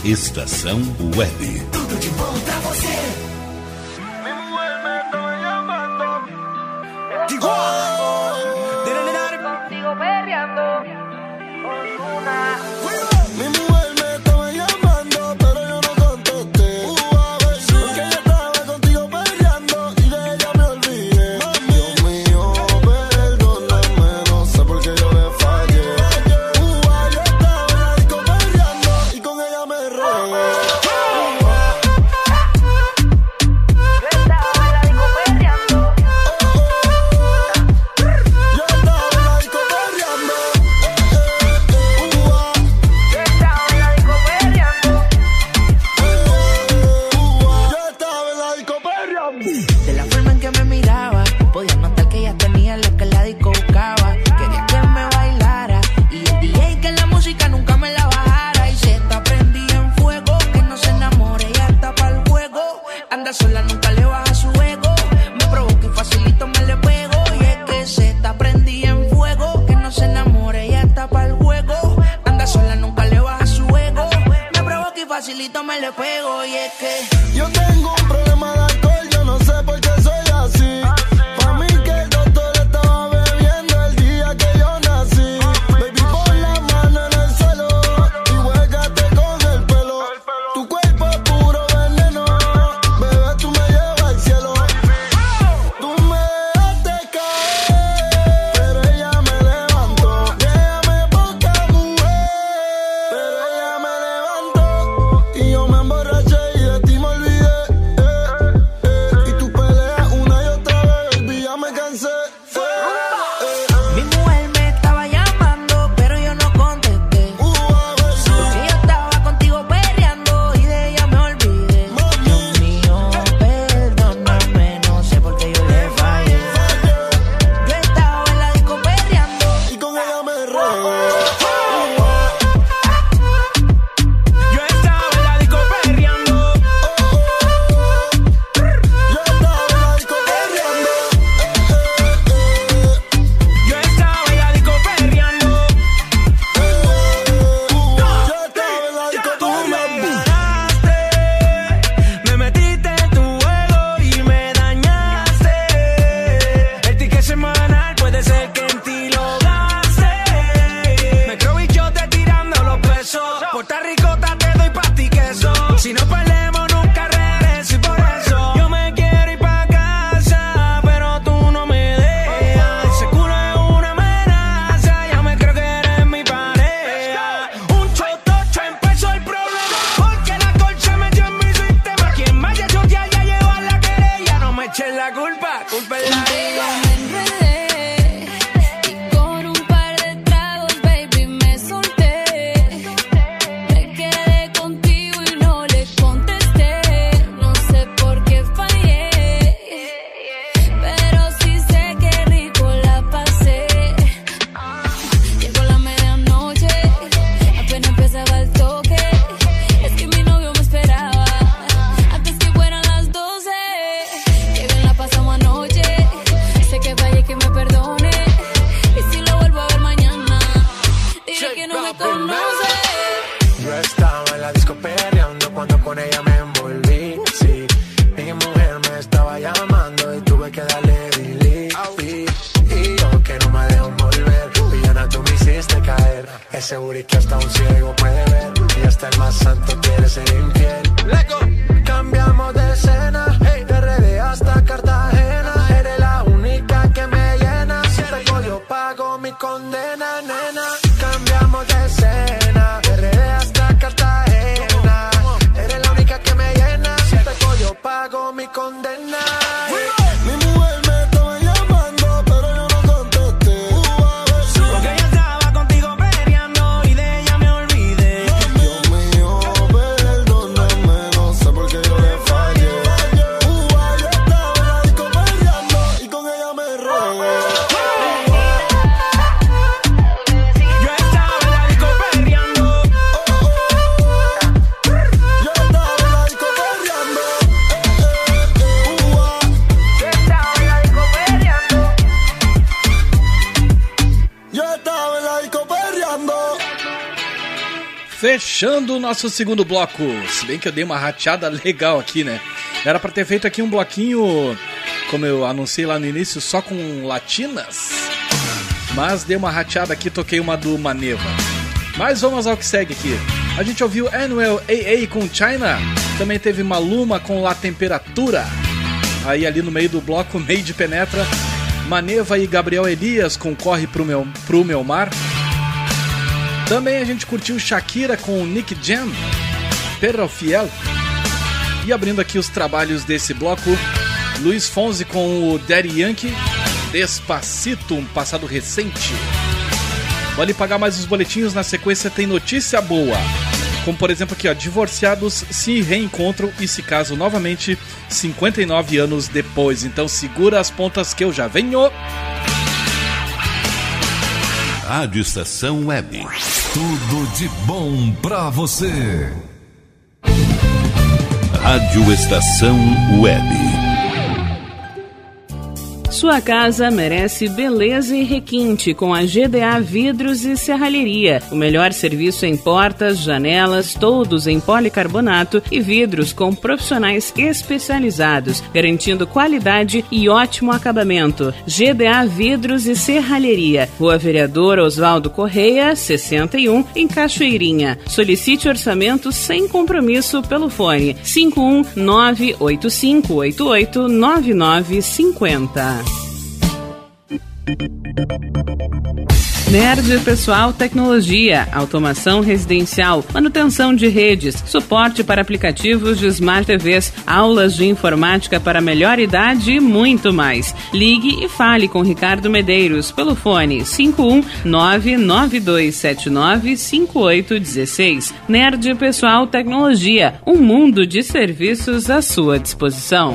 Estação Web. Tudo de bom pra você. Digo, contigo perreando con una. Mi mujer me estaba llamando, pero yo no contesté. Porque ella estaba contigo perreando y de ella me olvidé. Dios mío, perdóname, no sé por qué yo le fallé. Yo estaba en la disco perreando y con ella me regué. De la forma en que me miraba, podía notar que ella tenía lo que la disco buscaba. Quería que me bailara y el D J que la música nunca me la bajara. Y se está prendida en fuego, que no se enamore, ella está pa'l juego. Anda sola, nunca le baja su ego. Me provoca y facilito me le pego. Y es que se está prendida en fuego, que no se enamore, ella está pa'l juego. Anda sola, nunca le baja su ego. Me provoca y facilito me le pego. Y es que yo tengo un problema de alcohol, yo no sé por qué soy así. Pa' mí que el doctor estaba bebiendo el día que yo nací. Baby, pon la mano en el suelo y huélgate con el pelo. Tu cuerpo es puro veneno, bebé, tú me llevas al cielo. Tú me dejaste caer, pero ella me levantó. Déjame poca mujer, pero ella me levantó. Y yo me emborraché y de ti me olvidé. mi mujer me estaba llamando, pero yo no contesté. Porque yo estaba contigo perreando y de ella me olvidé. Dios mío, perdóname, no sé por qué yo le fallé. Yo estaba en la disco perreando y con ella me regué. Yo estaba en la disco perreando. Yo estaba en la disco perreando. Yo estaba en la disco perreando. Yo estaba en la disco Tú me ganaste, me metiste en tu juego y me dañaste. El ticket semanal puede ser que en ti lo gaste. Me creo bichote tirando los pesos. Puerto Ricota te doy pa' ti queso. Si no perdemos nunca regreso y por eso yo me quiero ir pa' casa, pero tú no me dejas. Ese culo es una amenaza, ya me creo que eres mi pareja. Un chotocho empezó el problema, porque la colcha metió en mi sistema. Quien vaya yo ya ya llevo a la querella. No me eches la culpa, culpa es la Contigo ella. me enredé y con un par de tragos, baby, me solté. Me quedé contigo y no le contesté. No sé por qué fallé, pero sí sé que rico la pasé. Llegó la medianoche, apenas empezaba el toque. Es que mi novio me esperaba antes que fueran las doce. Que bien la pasamos anoche. Sé que vaya y que me perdone. Y si lo vuelvo a ver mañana, diré que no me conoce. Yo estaba en la disco perreando cuando con ella me envolví. Sí, mi mujer me estaba llamando y tuve que darle delete. Y yo que no me dejo envolver, villana tú me hiciste caer. Ese booty que hasta un ciego puede ver y hasta el más santo quiere ser infiel. Cambiamos de escena, de R D hasta Cartagena. Eres la única que me llena. Si pego yo pago mi condena, nena. Cambiamos de escena, de R D hasta Cartagena. Eres la única que me llena. Si pego yo pago mi condena. Mi mujer me estaba llamando, pero yo no contesté. Porque yo estaba contigo perreando y de ella me olvidé. Dios mío, perdóname, no sé por qué yo le fallé. Fechando o nosso segundo bloco. Se bem que eu dei uma rateada legal aqui, né? Era pra ter feito aqui um bloquinho, como eu anunciei lá no início, só com latinas. Mas dei uma rateada aqui, toquei uma do Maneva. Mas vamos ao que segue aqui. A gente ouviu Anuel A A com China. Também teve Maluma com La Temperatura. Aí ali no meio do bloco, Made Penetra. Maneva e Gabriel Elias com Corre Pro Meu, Pro Meu Mar. Também a gente curtiu Shakira com Nick Jam, Perro Fiel. E abrindo aqui os trabalhos desse bloco, Luiz Fonsi com o Daddy Yankee, Despacito, um passado recente. Vale pagar mais os boletinhos, na sequência tem notícia boa. Como por exemplo aqui, ó, divorciados se reencontram e se casam novamente cinquenta e nove anos depois. Então segura as pontas que eu já venho. Rádio Estação Web. Tudo de bom pra você. Rádio Estação Web. Sua casa merece beleza e requinte com a G D A Vidros e Serralheria. O melhor serviço em portas, janelas, todos em policarbonato e vidros com profissionais especializados, garantindo qualidade e ótimo acabamento. G D A Vidros e Serralheria. Rua Vereador Oswaldo Correia, sessenta e um, em Cachoeirinha. Solicite orçamento sem compromisso pelo fone cinco um nove oito cinco oito oito nove nove cinco zero. Nerd Pessoal Tecnologia, automação residencial, manutenção de redes, suporte para aplicativos de Smart T Vs, aulas de informática para melhor idade e muito mais. Ligue e fale com Ricardo Medeiros pelo fone cinco um nove nove dois sete nove cinco oito um seis. Nerd Pessoal Tecnologia, um mundo de serviços à sua disposição.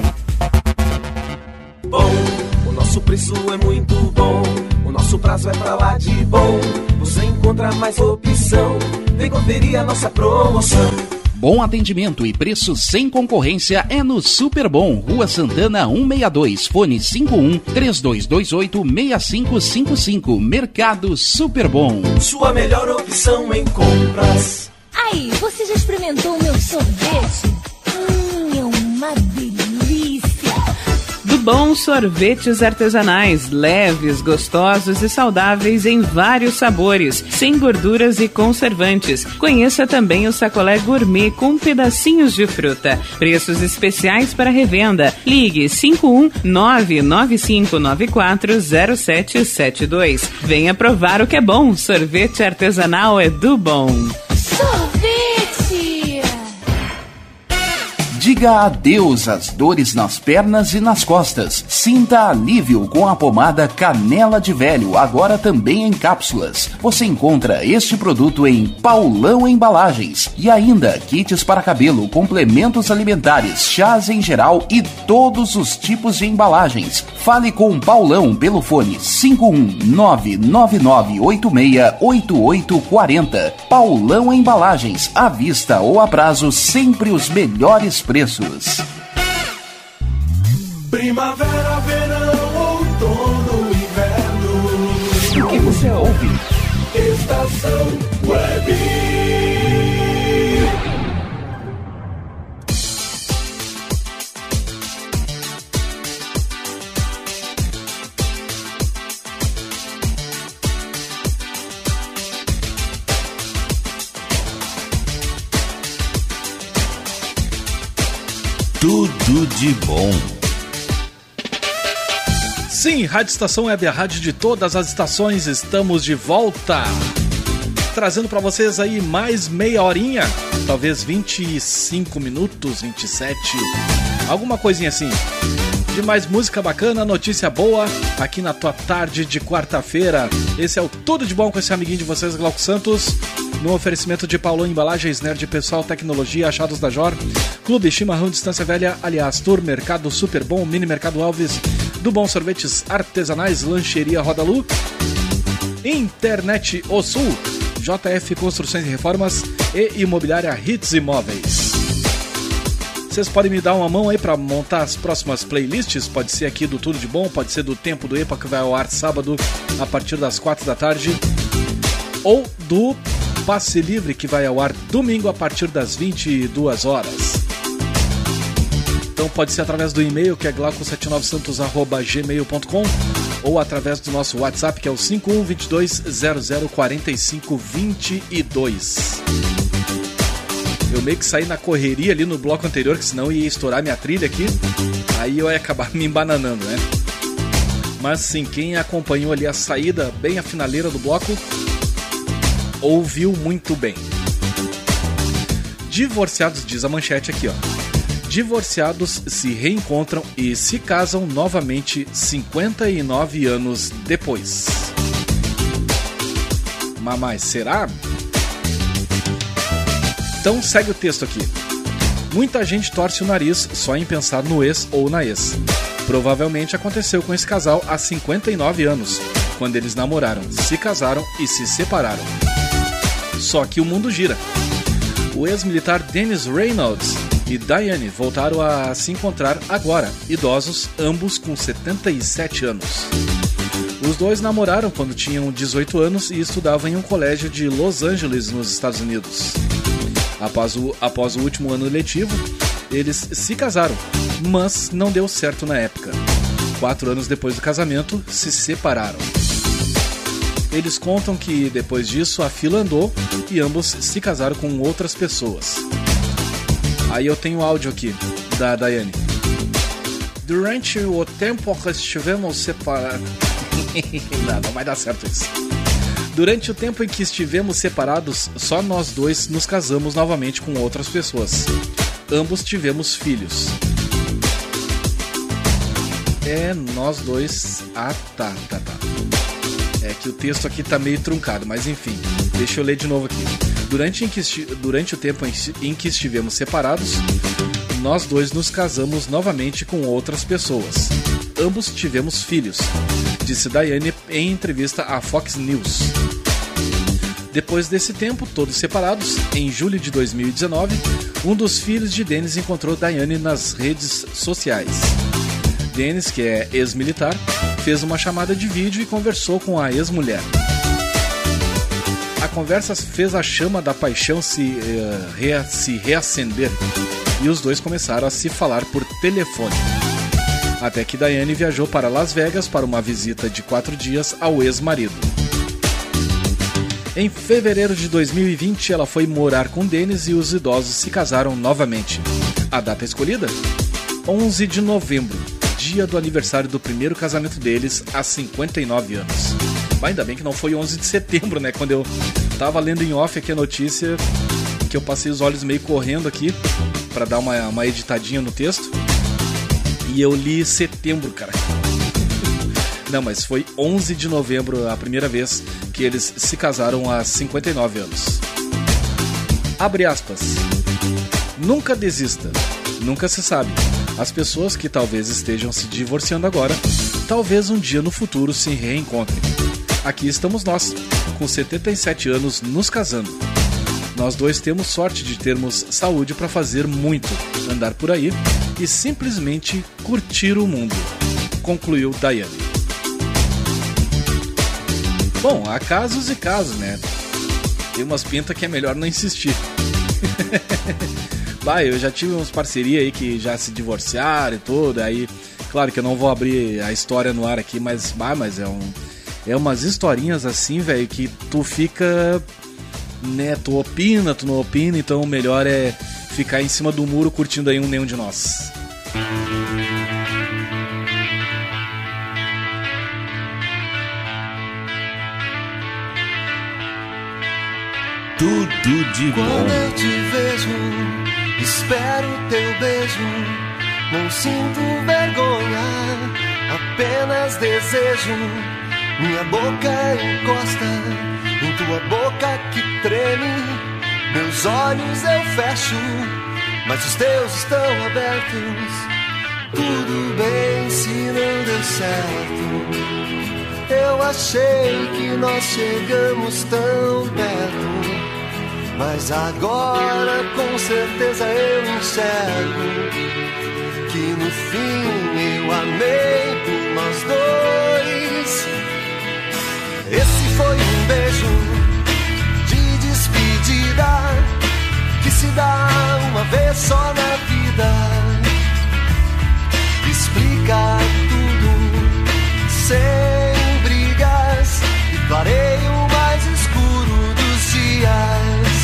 Bom, o nosso preço é muito bom. Nosso prazo é pra lá de bom. Você encontra mais opção. Vem conferir a nossa promoção. Bom atendimento e preço sem concorrência é no Super Bom, Rua Santana cento e sessenta e dois, fone cinco um três dois dois oito seis cinco cinco cinco. Mercado Super Bom. Sua melhor opção em compras. Aí, você já experimentou o meu sorvete? Hum, é uma delícia. Do Bom Sorvetes Artesanais, leves, gostosos e saudáveis em vários sabores, sem gorduras e conservantes. Conheça também o sacolé gourmet com pedacinhos de fruta. Preços especiais para revenda. Ligue cinco um nove nove cinco nove quatro zero sete sete dois. Venha provar o que é bom. Sorvete artesanal é do Bom. Sorvete! Diga adeus às dores nas pernas e nas costas. Sinta alívio com a pomada Canela de Velho, agora também em cápsulas. Você encontra este produto em Paulão Embalagens. E ainda kits para cabelo, complementos alimentares, chás em geral e todos os tipos de embalagens. Fale com Paulão pelo fone cinco um nove nove nove oito seis oito oito quatro zero. Paulão Embalagens, à vista ou a prazo, sempre os melhores preços. Preços. Primavera, verão, outono, inverno. O que você ouve? Estação Web. Tudo de bom. Sim, Rádio Estação Web, a rádio de todas as estações, estamos de volta. Trazendo para vocês aí mais meia horinha, talvez vinte e cinco minutos, vinte e sete, alguma coisinha assim. De mais música bacana, notícia boa, aqui na tua tarde de quarta-feira. Esse é o Tudo de Bom com esse amiguinho de vocês, Glauco Santos. No oferecimento de Paulão Embalagens, Nerd Pessoal, Tecnologia, Achados da Jor, Clube Chimarrão Distância Velha, Aliás Tour, Mercado Super Bom, Mini Mercado Alves, Do Bom Sorvetes Artesanais, Lancheria Rodalu, Internet O Sul, J F Construções e Reformas e Imobiliária Hits Imóveis. Vocês podem me dar uma mão aí para montar as próximas playlists, pode ser aqui do Tudo de Bom, pode ser do Tempo do EPA, que vai ao ar sábado a partir das quatro da tarde, ou do Passe Livre, que vai ao ar domingo a partir das vinte e duas horas. Então pode ser através do e-mail, que é glauco setenta e nove santos arroba gmail ponto com, ou através do nosso WhatsApp, que é o cinco um dois dois zero zero quatro cinco dois dois. Eu meio que saí na correria ali no bloco anterior, que senão ia estourar minha trilha aqui, aí eu ia acabar me embananando, né? Mas sim, quem acompanhou ali a saída, bem a finaleira do bloco, ouviu muito bem. Divorciados, diz a manchete aqui, ó. Divorciados se reencontram e se casam novamente cinquenta e nove anos depois. Mas, mas será? Então segue o texto aqui. Muita gente torce o nariz só em pensar no ex ou na ex. Provavelmente aconteceu com esse casal há cinquenta e nove anos, quando eles namoraram, se casaram e se separaram. Só que o mundo gira. O ex-militar Dennis Reynolds e Diane voltaram a se encontrar agora, idosos, ambos com setenta e sete anos. Os dois namoraram quando tinham dezoito anos e estudavam em um colégio de Los Angeles, nos Estados Unidos. Após o, após o último ano letivo, eles se casaram, mas não deu certo na época. Quatro anos depois do casamento, se separaram. Eles contam que, depois disso, a fila andou e ambos se casaram com outras pessoas. Aí eu tenho áudio aqui, da Daiane. Durante o tempo que estivemos separados... não, não vai dar certo isso. Durante o tempo em que estivemos separados, só nós dois nos casamos novamente com outras pessoas. Ambos tivemos filhos. É, nós dois... Ah, tá, tá, tá. É que o texto aqui tá meio truncado, mas enfim. Deixa eu ler de novo aqui. Durante, em que esti... Durante o tempo em que estivemos separados, nós dois nos casamos novamente com outras pessoas. Ambos tivemos filhos, disse Daiane em entrevista à Fox News. Depois desse tempo, todos separados, em julho de dois mil e dezenove, um dos filhos de Dennis encontrou Daiane nas redes sociais. Dennis, que é ex-militar, fez uma chamada de vídeo e conversou com a ex-mulher. A conversa fez a chama da paixão se, uh, rea- se reacender e os dois começaram a se falar por telefone. Até que Daiane viajou para Las Vegas para uma visita de quatro dias ao ex-marido. Em fevereiro de dois mil e vinte, ela foi morar com Dennis e os idosos se casaram novamente. A data escolhida? onze de novembro, dia do aniversário do primeiro casamento deles há cinquenta e nove anos. Mas ainda bem que não foi onze de setembro, né? Quando eu tava lendo em off aqui a notícia, que eu passei os olhos meio correndo aqui para dar uma, uma editadinha no texto. E eu li setembro, cara. Não, mas foi onze de novembro a primeira vez que eles se casaram há cinquenta e nove anos. Abre aspas. Nunca desista. Nunca se sabe. As pessoas que talvez estejam se divorciando agora, talvez um dia no futuro se reencontrem. Aqui estamos nós, com setenta e sete anos, nos casando. Nós dois temos sorte de termos saúde para fazer muito, andar por aí e simplesmente curtir o mundo, concluiu Daiane. Bom, há casos e casos, né? Tem umas pintas que é melhor não insistir. Bah, eu já tive umas parcerias aí que já se divorciaram e tudo, aí, claro que eu não vou abrir a história no ar aqui, mas, bah, mas é um, é umas historinhas assim, velho, que tu fica, né, tu opina, tu não opina, então o melhor é ficar em cima do muro curtindo aí um Nenhum de Nós. Tudo de bom. Quando eu te vejo, espero teu beijo. Não sinto vergonha, apenas desejo. Minha boca encosta em tua boca que treme. Meus olhos eu fecho, mas os teus estão abertos. Tudo bem se não deu certo. Eu achei que nós chegamos tão perto, mas agora com certeza eu enxergo que no fim eu amei por nós dois. Esse foi um beijo de despedida. se dá uma vez só na vida. Explica tudo sem brigas e clareia o mais escuro dos dias.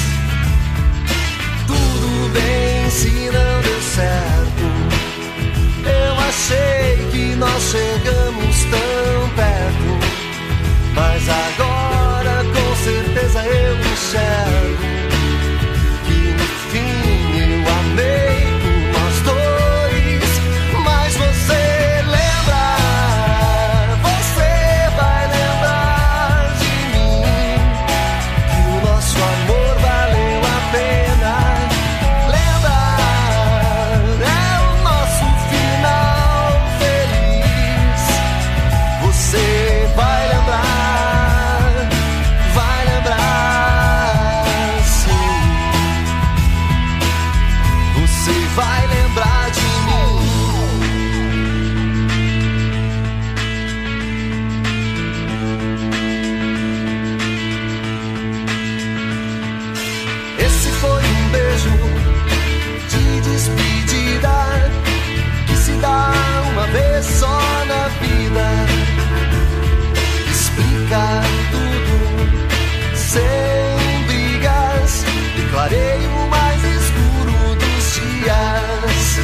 Tudo bem se não deu certo. Eu achei que nós chegamos tão perto, mas agora com certeza eu enxergo que no fim eu amei por nós dois. Mas você lembra, você vai lembrar de mim, que o nosso amor valeu a pena. Lembra, é o nosso final feliz. Você vai lembrar, vai lembrar, sim. Você vai lembrar de mim. Esse foi um beijo de despedida que se dá uma vez só na vida. Explica tudo sem brigas e clareia o mais escuro dos dias.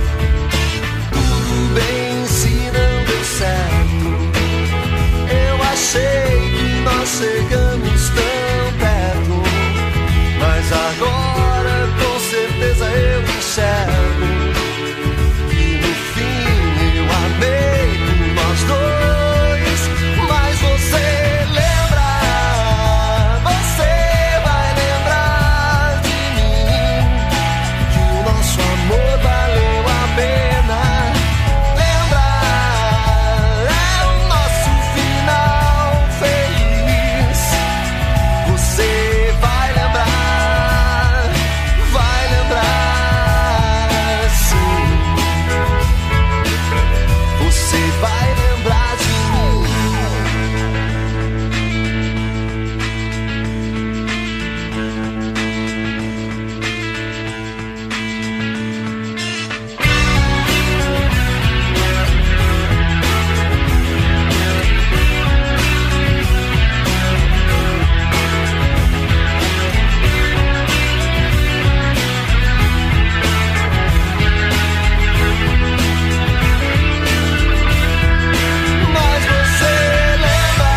Tudo bem se não deu certo. Eu achei que nós chegamos tão perto, mas agora com certeza eu enxergo que no fim eu amei por nós dois. Mas você lembra, você vai lembrar de mim, que o nosso amor valeu a pena. Lembra, é o nosso final feliz. Você vai lembrar, vai lembrar, sim. Você vai lembrar de mim. Mas você lembra,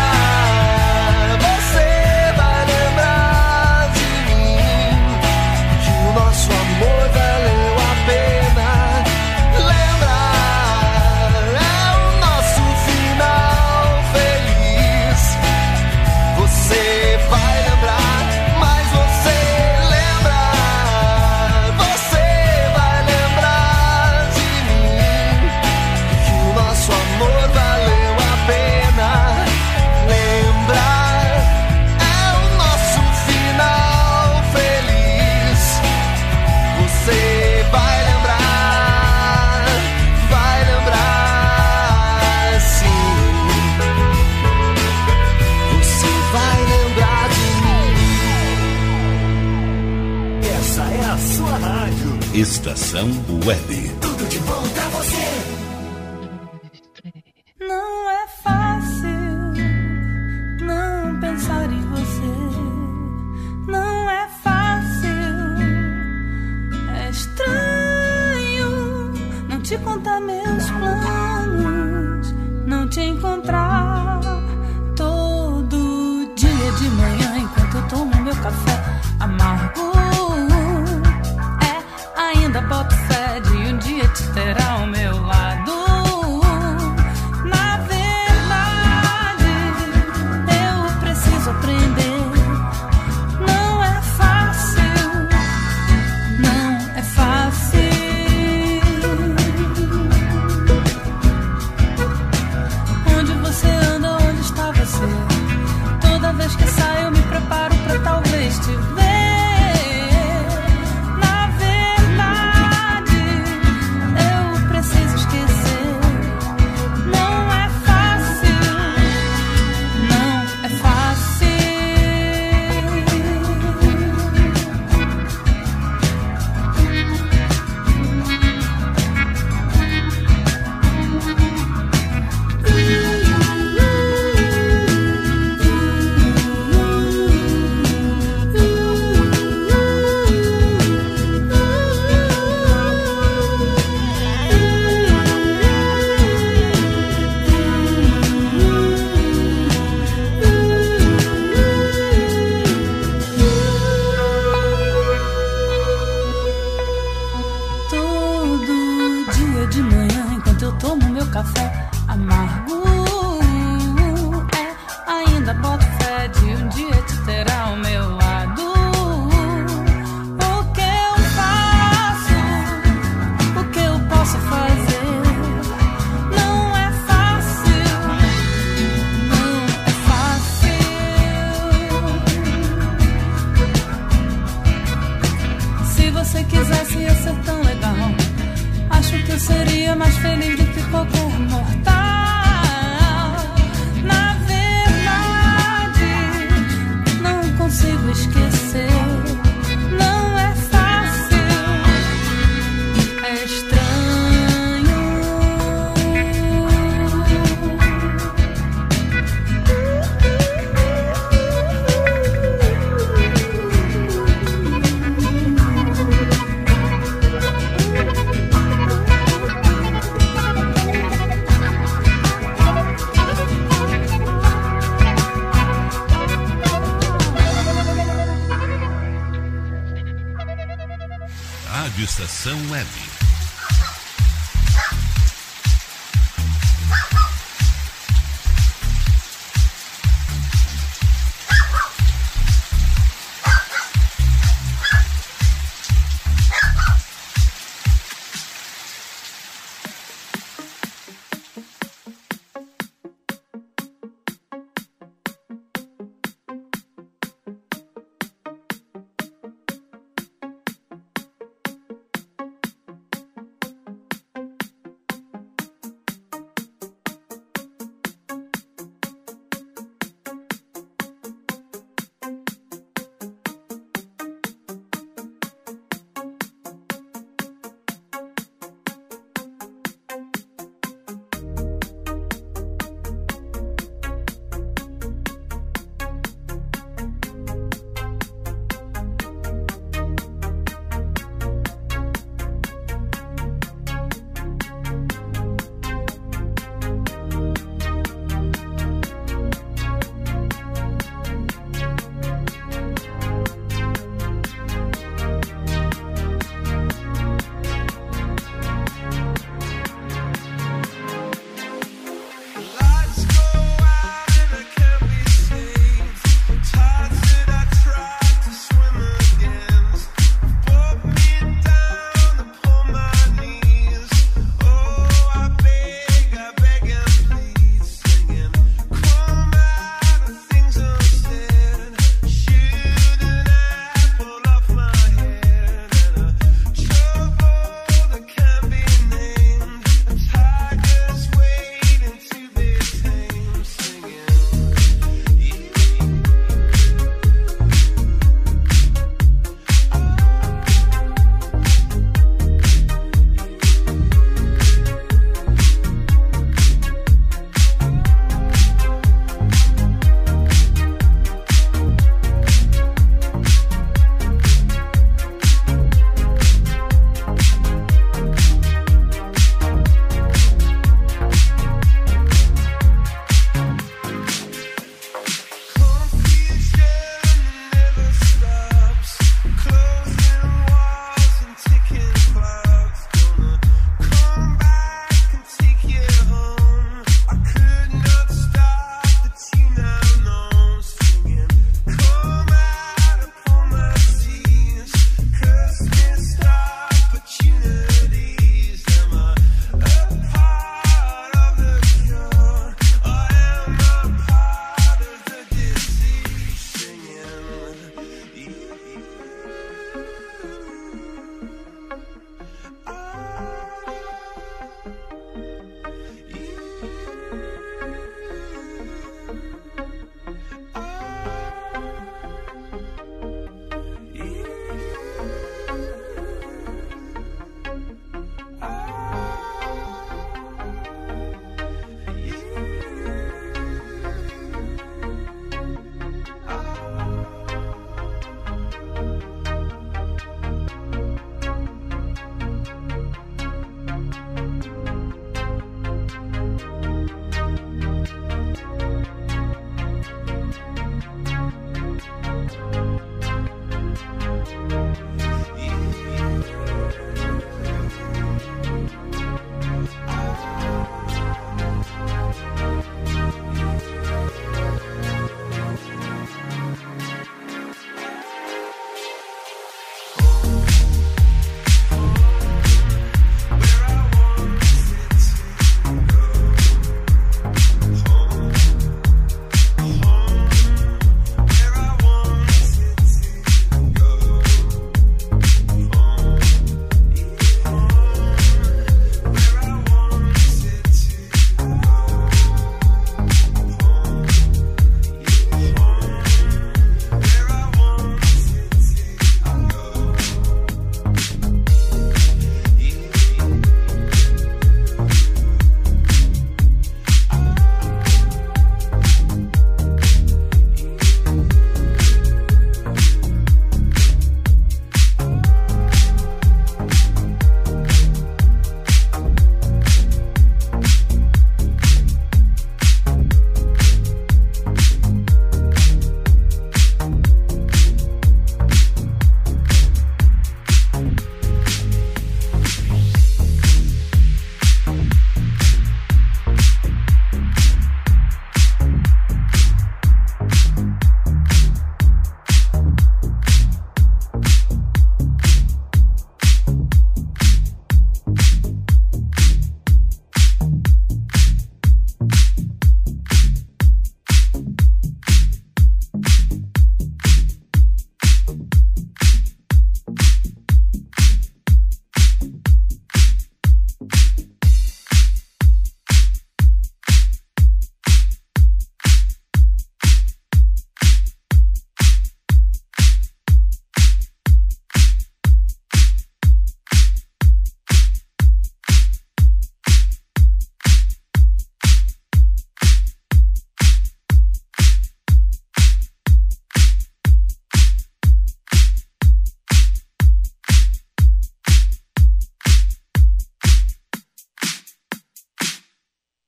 você vai lembrar de mim, que o nosso amor valeu a pena. Lembra, é o nosso final feliz. Você vai lembrar, mas você lembra, você vai lembrar de mim, que o nosso amor valeu a pena. Lembrar, é o nosso final feliz. Você vai lembrar, vai lembrar, sim. Você vai lembrar de mim. Essa é a sua rádio. Estação Web. Tudo de bom pra você. Não é fácil não pensar em você. Não é fácil. É estranho não te contar meus planos, não te encontrar todo dia de manhã enquanto eu tomo meu café amargo. É, ainda boto fé de um dia te ter ao meu lado. Na verdade, eu preciso aprender. Não é fácil, não é fácil. Onde você anda, onde está você? Toda vez que saio eu me preparo pra talvez te ver. Na verdade, eu preciso esquecer. Não é fácil, não é fácil. Rádio Estação Web.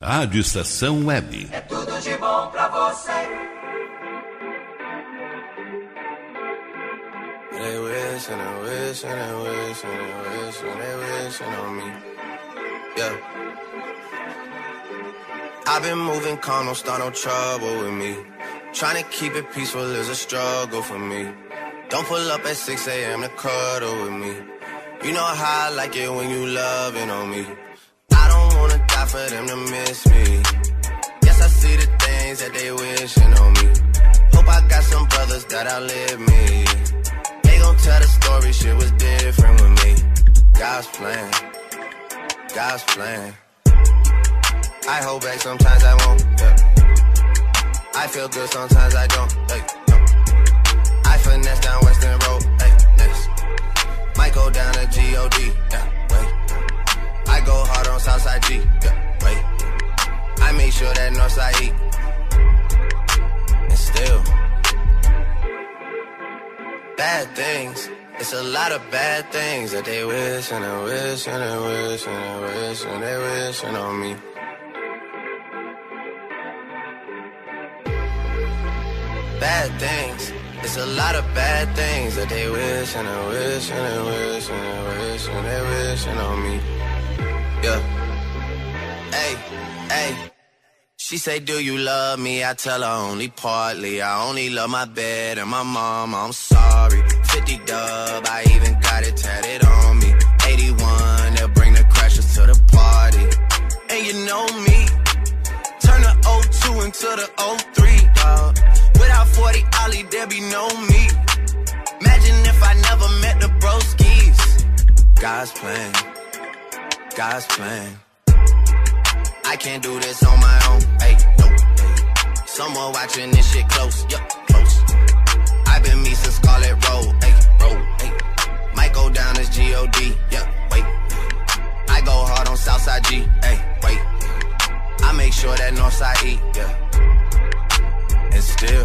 Rádio Estação Web. É tudo de bom pra você. They wish and they wish and they wish and they wish and they wishing on me. Yeah. I've been moving calm, don't start no trouble with me. Trying to keep it peaceful is a struggle for me. Don't pull up at six a.m. to cuddle with me. You know how I like it when you loving on me. I don't wanna die for them to miss me. Yes, I see the things that they wishing on me. Hope I got some brothers that outlive me. They gon' tell the story, shit was different with me. God's plan, God's plan. I hold back, sometimes I won't, yeah. I feel good, sometimes I don't, hey, no. I finesse down Western Road, hey, next. Might go down to G O D, yeah, wait. I go hard on Southside G, yeah, wait. I make sure that Northside eat. And still, bad things. It's a lot of bad things that they wish and they wish and they wish and they wish and they wishing on me. Bad things. It's a lot of bad things that they wish and they wish and they wish and they wish and they wishing on me. Yeah. Hey, hey. She say, do you love me? I tell her only partly. I only love my bed and my mom. I'm sorry. fifty dub, I even got it tatted on me. eighty-one, they'll bring the crashers to the party. And you know me. Turn the oh two into the oh three, dawg. Without forty Ollie, there be no me. Imagine if I never met the broskies. God's plan, God's plan. I can't do this on my own, hey, no, hey. Someone watching this shit close, yup, close. I've been me since Scarlet Road, hey, road, hey. Might go down as G O D, yeah, wait. I go hard on Southside G, hey, wait. I make sure that Northside eat, yeah. And still,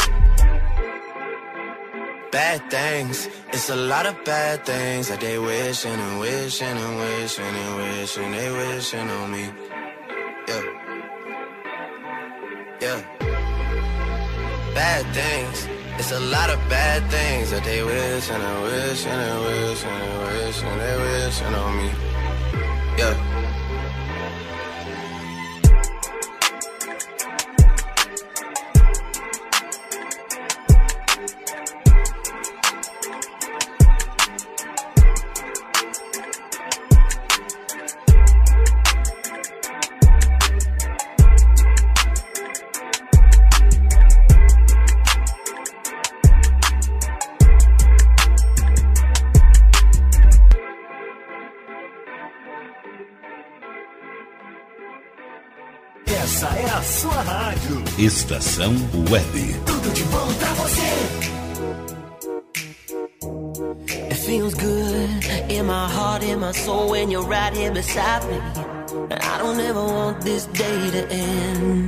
bad things. It's a lot of bad things that they wishing and wishing and wishing and wishing they wishing on me. Yeah, yeah. Bad things. It's a lot of bad things that they wishing and wishing and wishing and wishing they wishing on me. Yeah. Essa é a sua rádio. Estação Web. Tudo de bom pra você. It feels good in my heart, in my soul when you're right here beside me. And I don't ever want this day to end.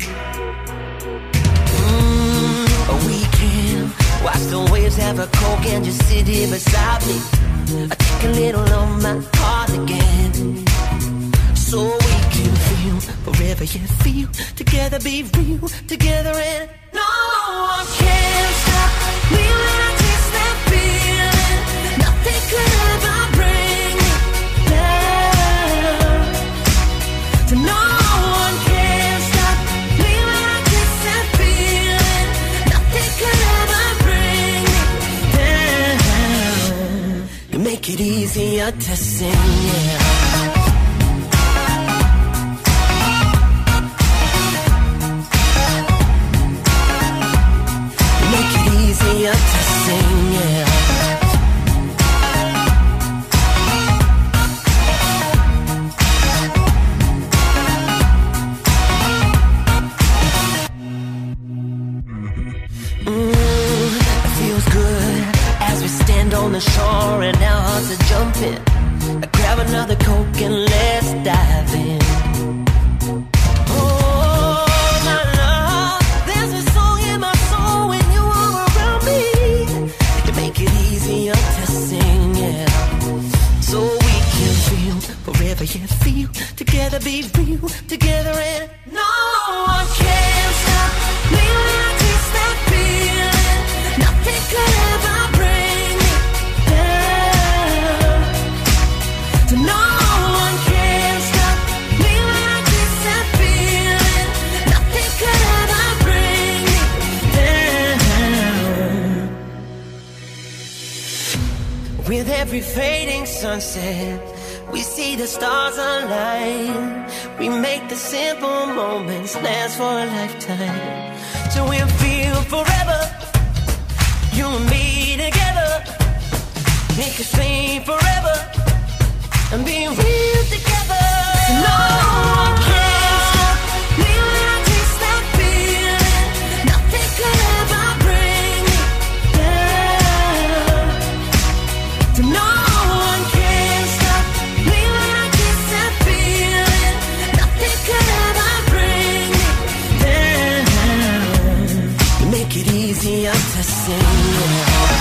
Mm, we can watch the waves, have a coke and just sit here beside me. I take a little of my heart again. So we can feel forever you feel. Together be real, together and no one can stop me when I taste that feeling. Nothing could ever bring me down. So no one can stop me when I taste that feeling. Nothing could ever bring me down. You make it easier to sing, yeah. Easier to sing, yeah. Mm, it feels good as we stand on the shore and our hearts are jumping. Grab another Coke and let's dive in. Forever you feel, together be real, together and With every fading sunset, we see the stars align. We make the simple moments last for a lifetime. So we'll feel forever, you and me together. Make us fade forever and be real together. No one can stop me when I taste that feeling. Nothing could ever bring me down. No one can stop me when I taste that feeling. Nothing could ever bring me down. You make it easier to sing.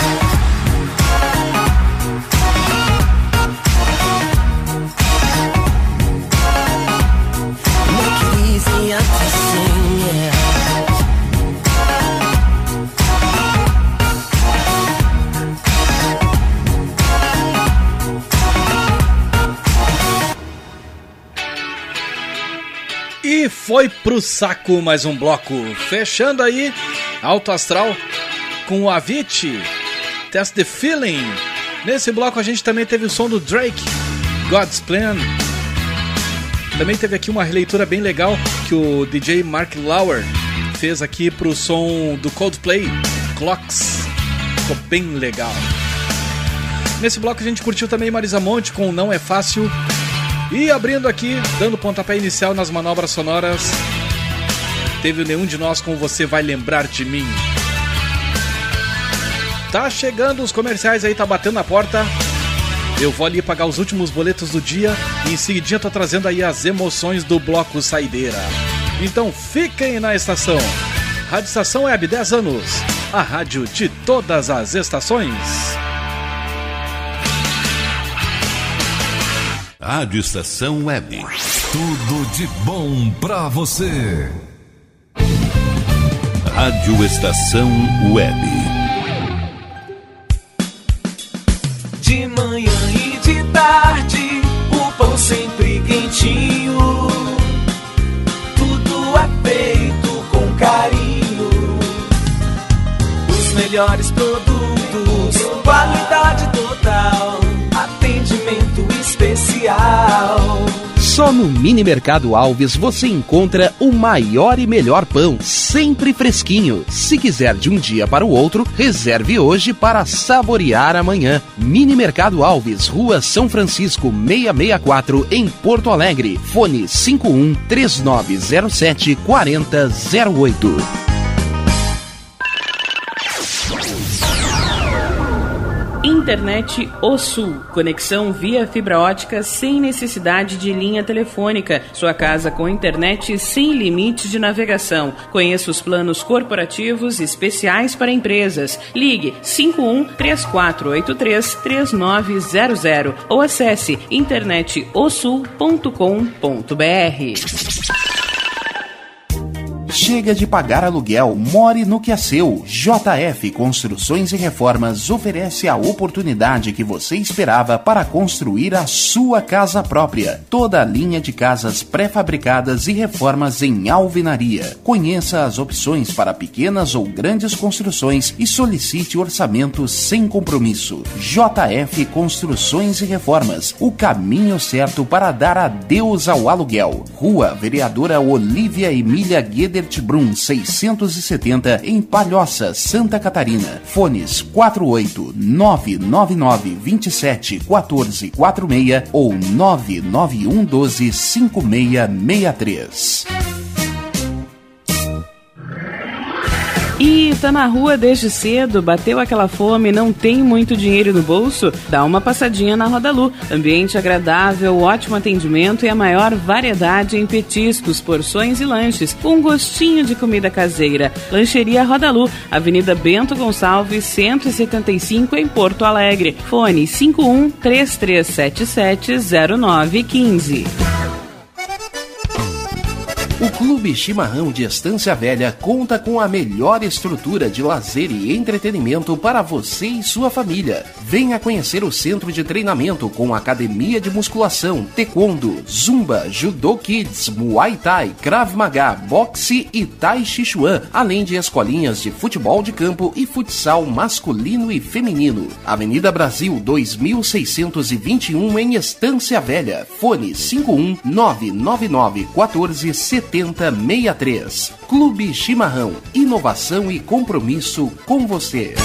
To sing, yeah. E foi pro saco mais um bloco. Fechando aí, Alto Astral com o Avicii, Test the Feeling. Nesse bloco a gente também teve o som do Drake, God's Plan. Também teve aqui uma releitura bem legal que o D J Mark Lauer fez aqui pro som do Coldplay, Clocks. Ficou bem legal. Nesse bloco a gente curtiu também Marisa Monte com Não É Fácil. E abrindo aqui, dando pontapé inicial nas manobras sonoras, teve o Nenhum de Nós com Você Vai Lembrar de Mim. Tá chegando os comerciais aí, tá batendo na porta. Eu vou ali pagar os últimos boletos do dia e em seguidinha tô trazendo aí as emoções do bloco Saideira. Então fiquem na estação. Rádio Estação Web, dez anos. A rádio de todas as estações. Rádio Estação Web. Tudo de bom pra você. Rádio Estação Web. De manhã e de tarde, o pão sempre quentinho. Tudo é feito com carinho. Os melhores produtos, qualidade total, atendimento especial. Só no Mini Mercado Alves você encontra o maior e melhor pão, sempre fresquinho. Se quiser de um dia para o outro, reserve hoje para saborear amanhã. Mini Mercado Alves, Rua São Francisco seiscentos e sessenta e quatro, em Porto Alegre. Fone cinco um três nove zero sete quatro zero zero oito. Internet O Sul. Conexão via fibra ótica sem necessidade de linha telefônica. Sua casa com internet sem limite de navegação. Conheça os planos corporativos especiais para empresas. Ligue cinco um três quatro oito três três nove zero zero ou acesse internet o sul ponto com ponto b r. Chega de pagar aluguel, more no que é seu. J F Construções e Reformas oferece a oportunidade que você esperava para construir a sua casa própria. Toda a linha de casas pré-fabricadas e reformas em alvenaria. Conheça as opções para pequenas ou grandes construções e solicite orçamento sem compromisso. J F Construções e Reformas, o caminho certo para dar adeus ao aluguel. Rua Vereadora Olívia Emília Gueder Brum seiscentos e setenta, em Palhoça, Santa Catarina. Fones quatro oito nove nove nove dois sete um quatro quatro seis ou nove nove um um doze cinco seis seis três. E tá na rua desde cedo, bateu aquela fome, não tem muito dinheiro no bolso? Dá uma passadinha na Rodalu. Ambiente agradável, ótimo atendimento e a maior variedade em petiscos, porções e lanches, com um gostinho de comida caseira. Lancheria Rodalu, Avenida Bento Gonçalves, cento e setenta e cinco, em Porto Alegre. Fone cinco um três três sete sete zero nove um cinco. O Clube Chimarrão de Estância Velha conta com a melhor estrutura de lazer e entretenimento para você e sua família. Venha conhecer o centro de treinamento com academia de musculação, taekwondo, zumba, judô kids, muay thai, krav maga, boxe e tai chi chuan, além de escolinhas de futebol de campo e futsal masculino e feminino. Avenida Brasil dois mil seiscentos e vinte e um em Estância Velha. Fone cinco um nove nove nove quatro zero sete zero seis três. Clube Chimarrão, inovação e compromisso com você.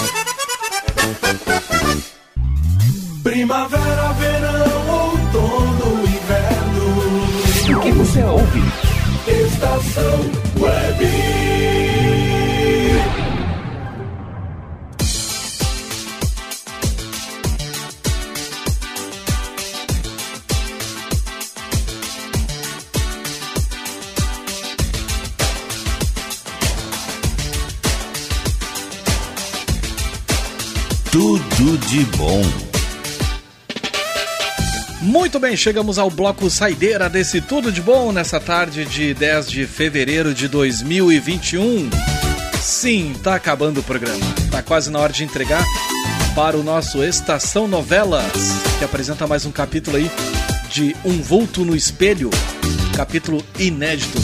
Primavera, verão, outono, inverno. O que você ouve? Estação Web. Tudo de bom. Muito bem, chegamos ao bloco saideira desse Tudo de Bom nessa tarde de dez de fevereiro de dois mil e vinte e um. Sim, tá acabando o programa. Tá quase na hora de entregar para o nosso Estação Novelas, que apresenta mais um capítulo aí de Um Vulto no Espelho, capítulo inédito.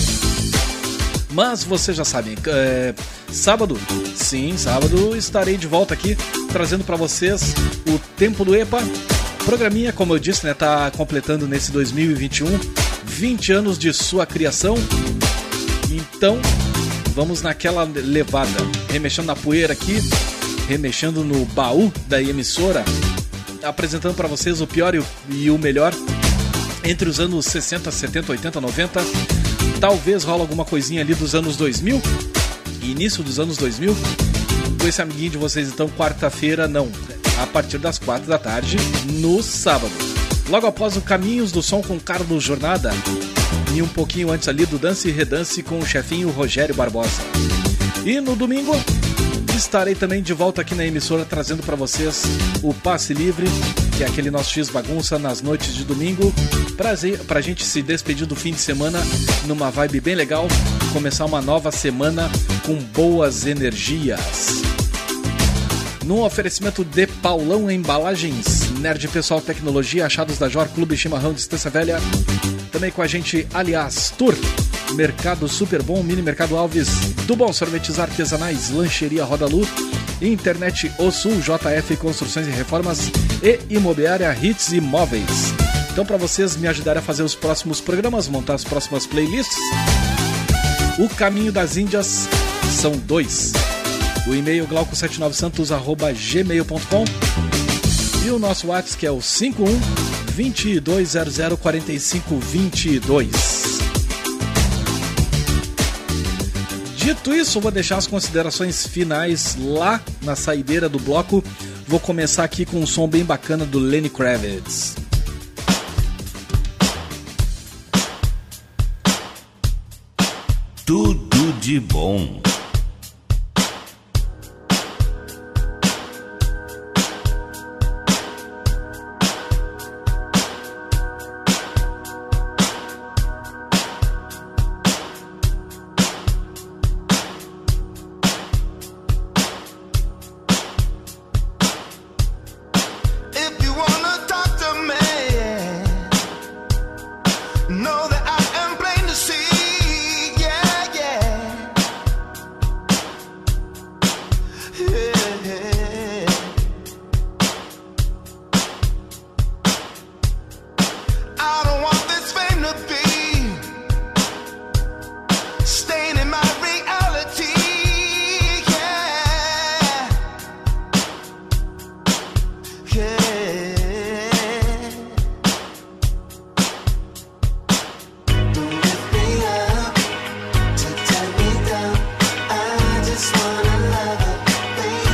Mas vocês já sabem, é, sábado, sim, sábado estarei de volta aqui trazendo para vocês o Tempo do EPA. Programinha, como eu disse, né, tá completando nesse dois mil e vinte e um vinte anos de sua criação. Então, vamos naquela levada, remexendo na poeira aqui, remexendo no baú da emissora, apresentando para vocês o pior e o, e o melhor entre os anos sessenta, setenta, oitenta, noventa. Talvez rola alguma coisinha ali dos anos dois mil, início dos anos dois mil. Com esse amiguinho de vocês, então, quarta-feira, não, a partir das quatro da tarde, no sábado. Logo após o Caminhos do Som com Carlos Jornada, e um pouquinho antes ali do Dance e Redance com o chefinho Rogério Barbosa. E no domingo, estarei também de volta aqui na emissora trazendo para vocês o Passe Livre, que é aquele nosso X-Bagunça nas noites de domingo, prazer, pra gente se despedir do fim de semana numa vibe bem legal, começar uma nova semana com boas energias. Num oferecimento de Paulão Embalagens, Nerd Pessoal Tecnologia, achados da Jor, Clube Chimarrão de Estância Velha. Também com a gente, aliás, Tour, Mercado Super Bom, Mini Mercado Alves, do Bom Sorvetes Artesanais, Lancheria Roda Lu, Internet O Sul, J F Construções e Reformas e Imobiliária Hits Imóveis. Então, para vocês me ajudarem a fazer os próximos programas, montar as próximas playlists, o Caminho das Índias são dois. O e-mail glauco sete nove santos arroba gmail ponto com e o nosso WhatsApp, que é o cinco um, dois dois zero zero, quatro cinco dois dois. Dito isso, vou deixar as considerações finais lá na saideira do bloco. Vou começar aqui com um som bem bacana do Lenny Kravitz. Tudo de bom. Just wanna love her, baby.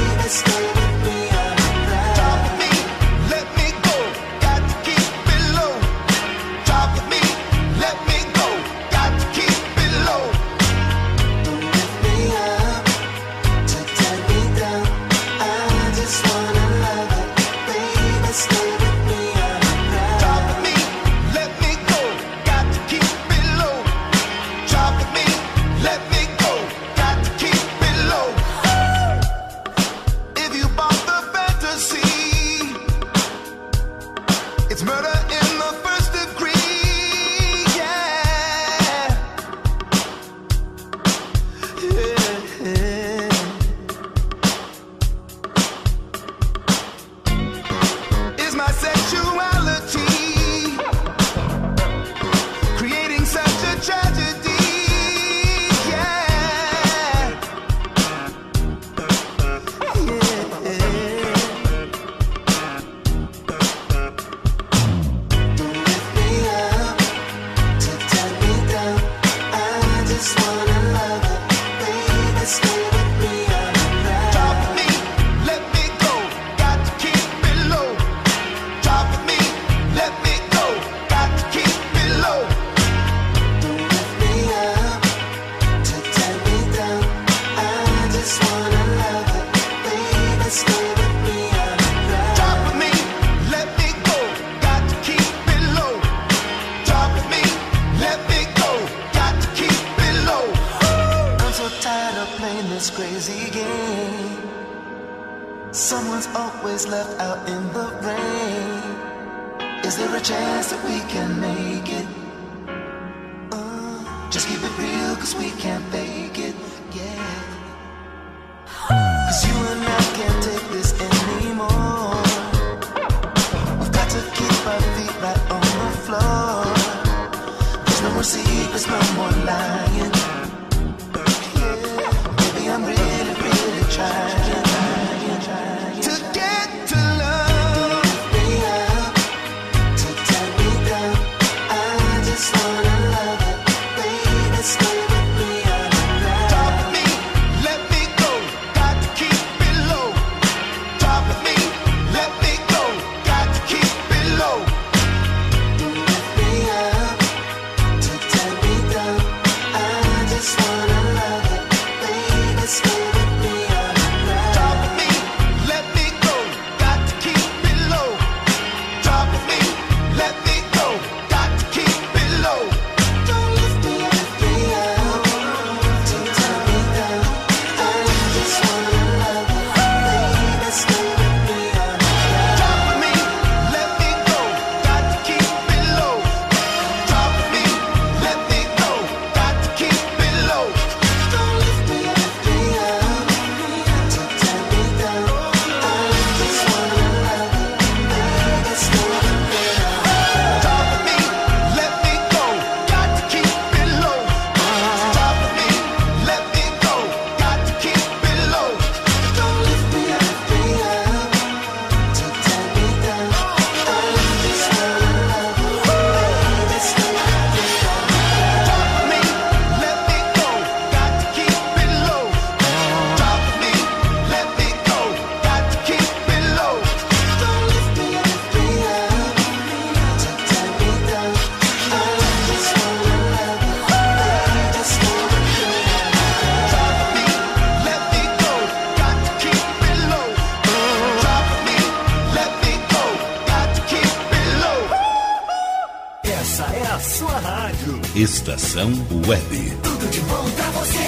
pain. Someone's always left out in the rain. Is there a chance that we can make it? Uh, just keep it real, cause we can't fake it, yeah. Cause you and I can't take this anymore. We've got to keep our feet right on the floor. There's no more secrets, no more lying. Yeah, baby, I'm really, really trying. Estação Web. Tudo de bom pra você.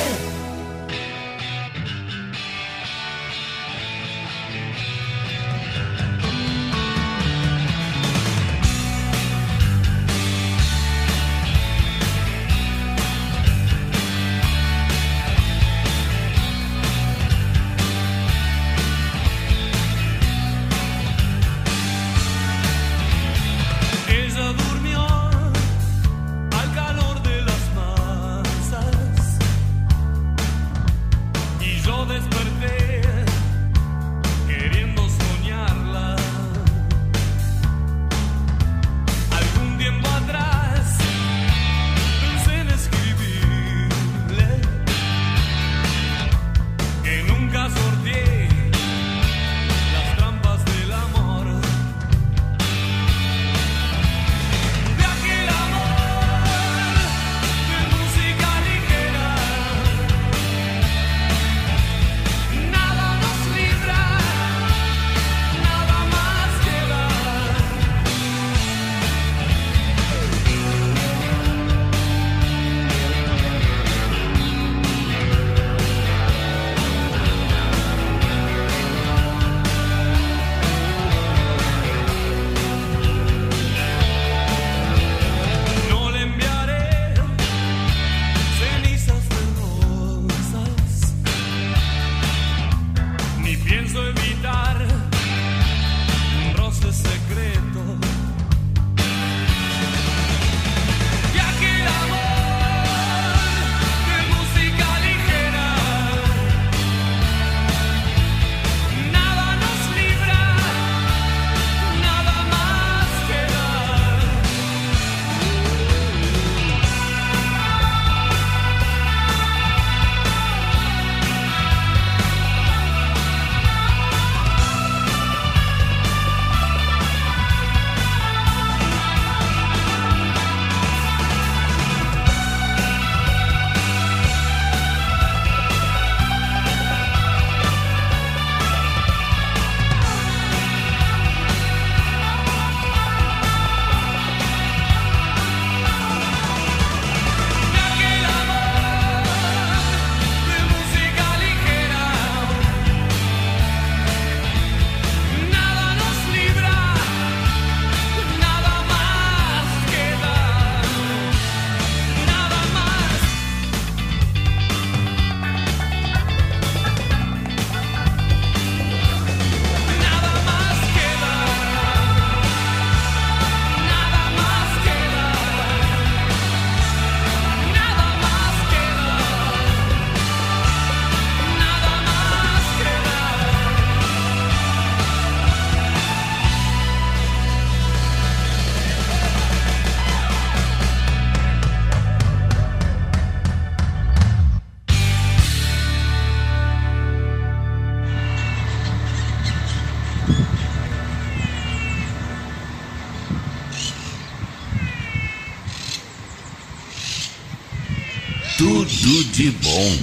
de bom.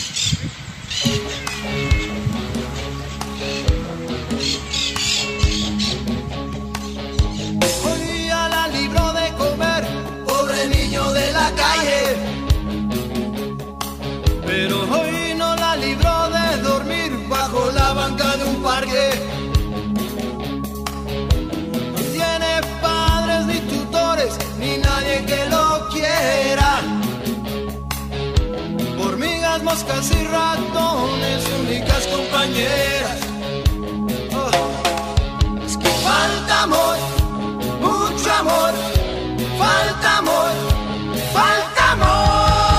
Hoy ya la libró de comer, pobre niño de la calle. Pero hoy no la libró de dormir bajo la banca de un parque. No tiene padres ni tutores, ni nadie que lo quiera. Hormigas, moscas y ratones, únicas compañeras. Oh. Es que falta amor, mucho amor, falta amor, falta amor.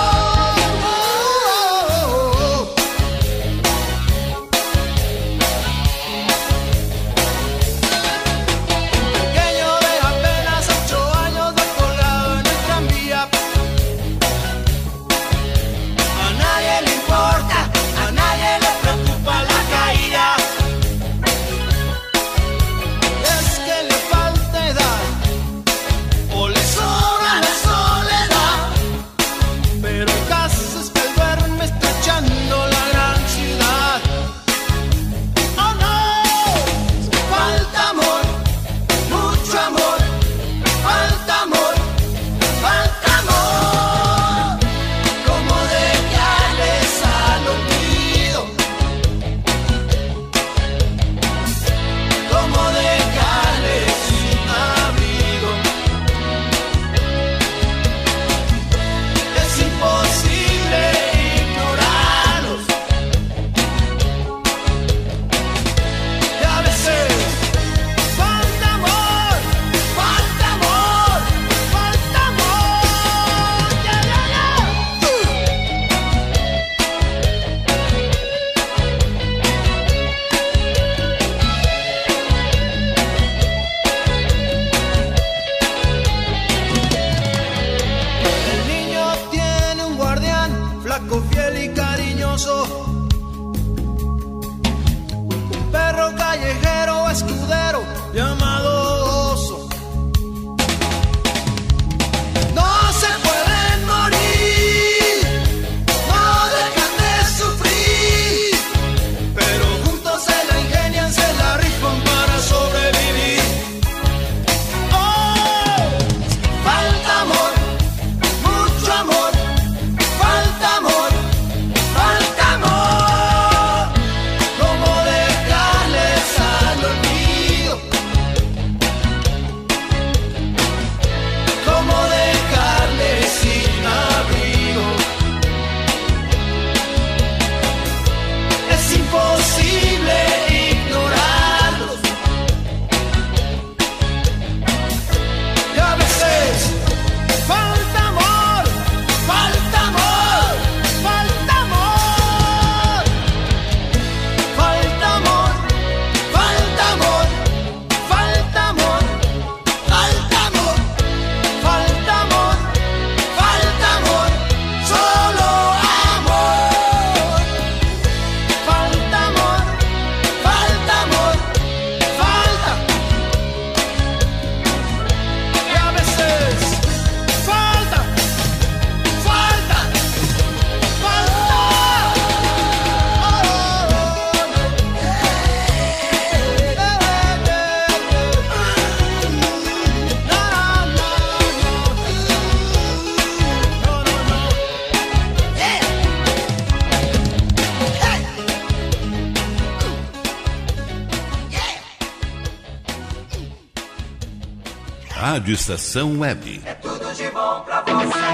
Rádio Estação Web. É tudo de bom pra você.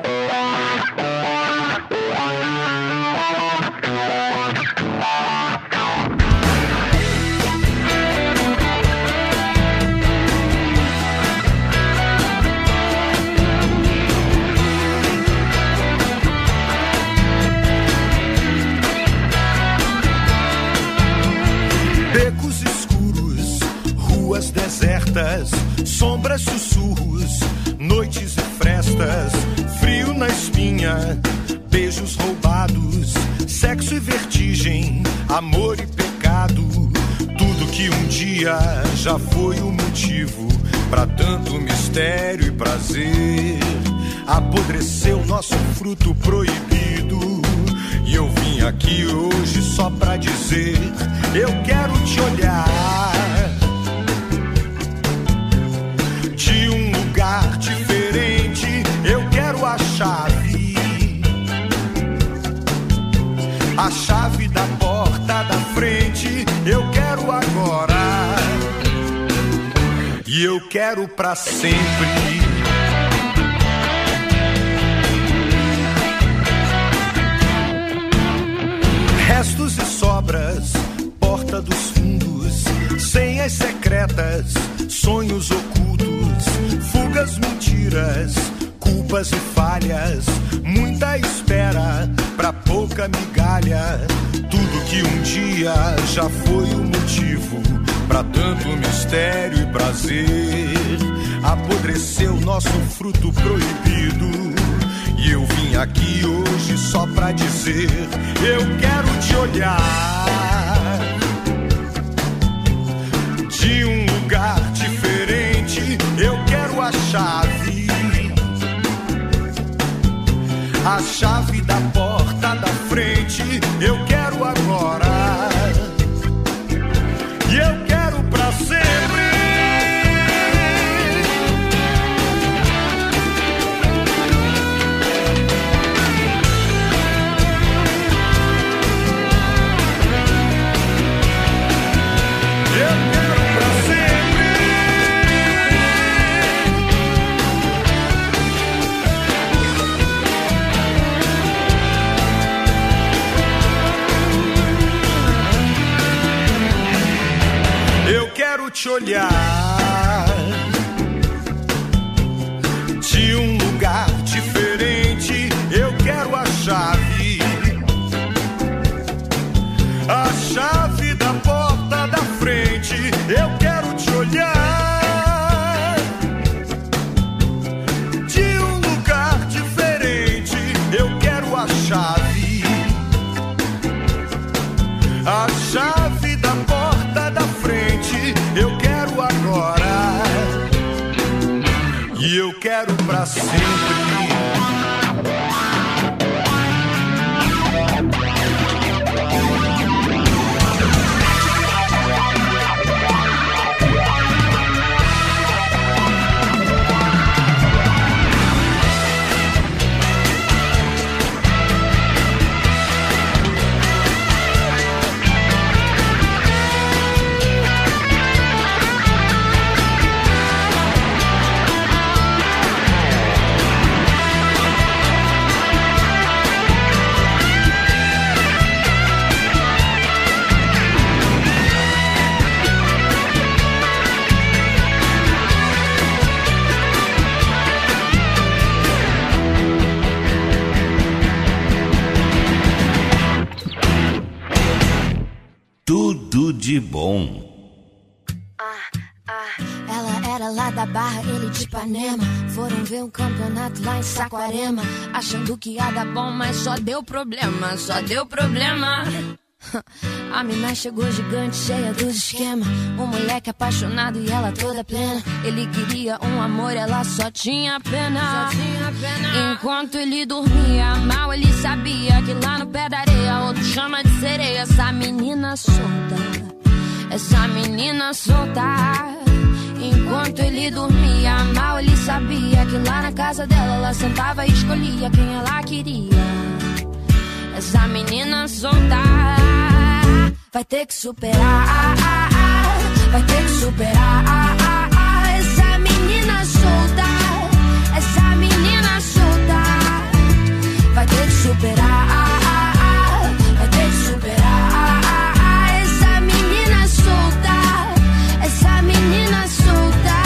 Becos escuros, ruas desertas, sombras, sussurros, noites e frestas, frio na espinha, beijos roubados, sexo e vertigem, amor e pecado, tudo que um dia já foi o motivo pra tanto mistério e prazer. apodreceu nosso fruto proibido. E eu vim aqui hoje só pra dizer, eu quero te olhar de um lugar diferente. Eu quero a chave, a chave da porta da frente. Eu quero agora e eu quero pra sempre. Restos e sobras, porta dos fundos, senhas secretas, sonhos ocultos, fugas, mentiras, culpas e falhas, muita espera pra pouca migalha. Tudo que um dia já foi o motivo pra tanto mistério e prazer, apodreceu nosso fruto proibido. E eu vim aqui hoje só pra dizer, eu quero te olhar de um lugar diferente. Eu quero a chave, a chave da porta da frente. Eu quero agora e eu quero pra sempre. Te olhar de um lugar diferente. Eu quero a chave, a chave da porta da frente. Eu quero te olhar de um lugar diferente. Eu quero a chave, a chave da porta da frente. Eu quero agora e eu quero pra sempre. Tudo de bom. Ela era lá da Barra, ele de Ipanema. Foram ver um campeonato lá em Saquarema, achando que ia dar bom, mas só deu problema, só deu problema. A mina chegou gigante, cheia dos esquemas. Um moleque apaixonado e ela toda plena. Ele queria um amor, ela só tinha pena. Só tinha pena. Enquanto ele dormia mal, ele sabia que lá no pé da areia outro chama de sereia. Essa menina solta, essa menina solta. Enquanto ele dormia mal, ele sabia que lá na casa dela ela sentava e escolhia quem ela queria. Essa menina solta vai ter que superar, vai ter que superar. Essa menina solta, essa menina solta vai ter que superar, vai ter que superar. Essa menina solta, essa menina solta.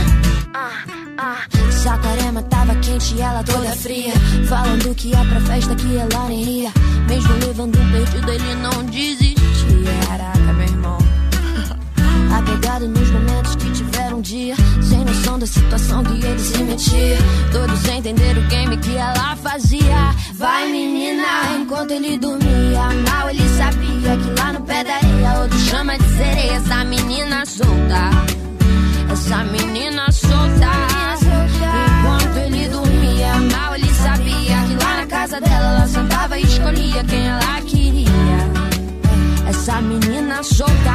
Saquarema tava quente e ela toda fria, falando que ia pra festa que ela nem ia. Mesmo levando um perdido, ele não desistia. Caraca, meu irmão. Apegado nos momentos que tiveram um dia, sem noção da situação que ele se metia. Todos entenderam o game que ela fazia. Vai, menina. Enquanto ele dormia mal, ele sabia que lá no pé da areia outro chama de sereia. Essa menina solta, essa menina solta. Enquanto ele dormia mal, sabia quem ela queria. Essa menina solta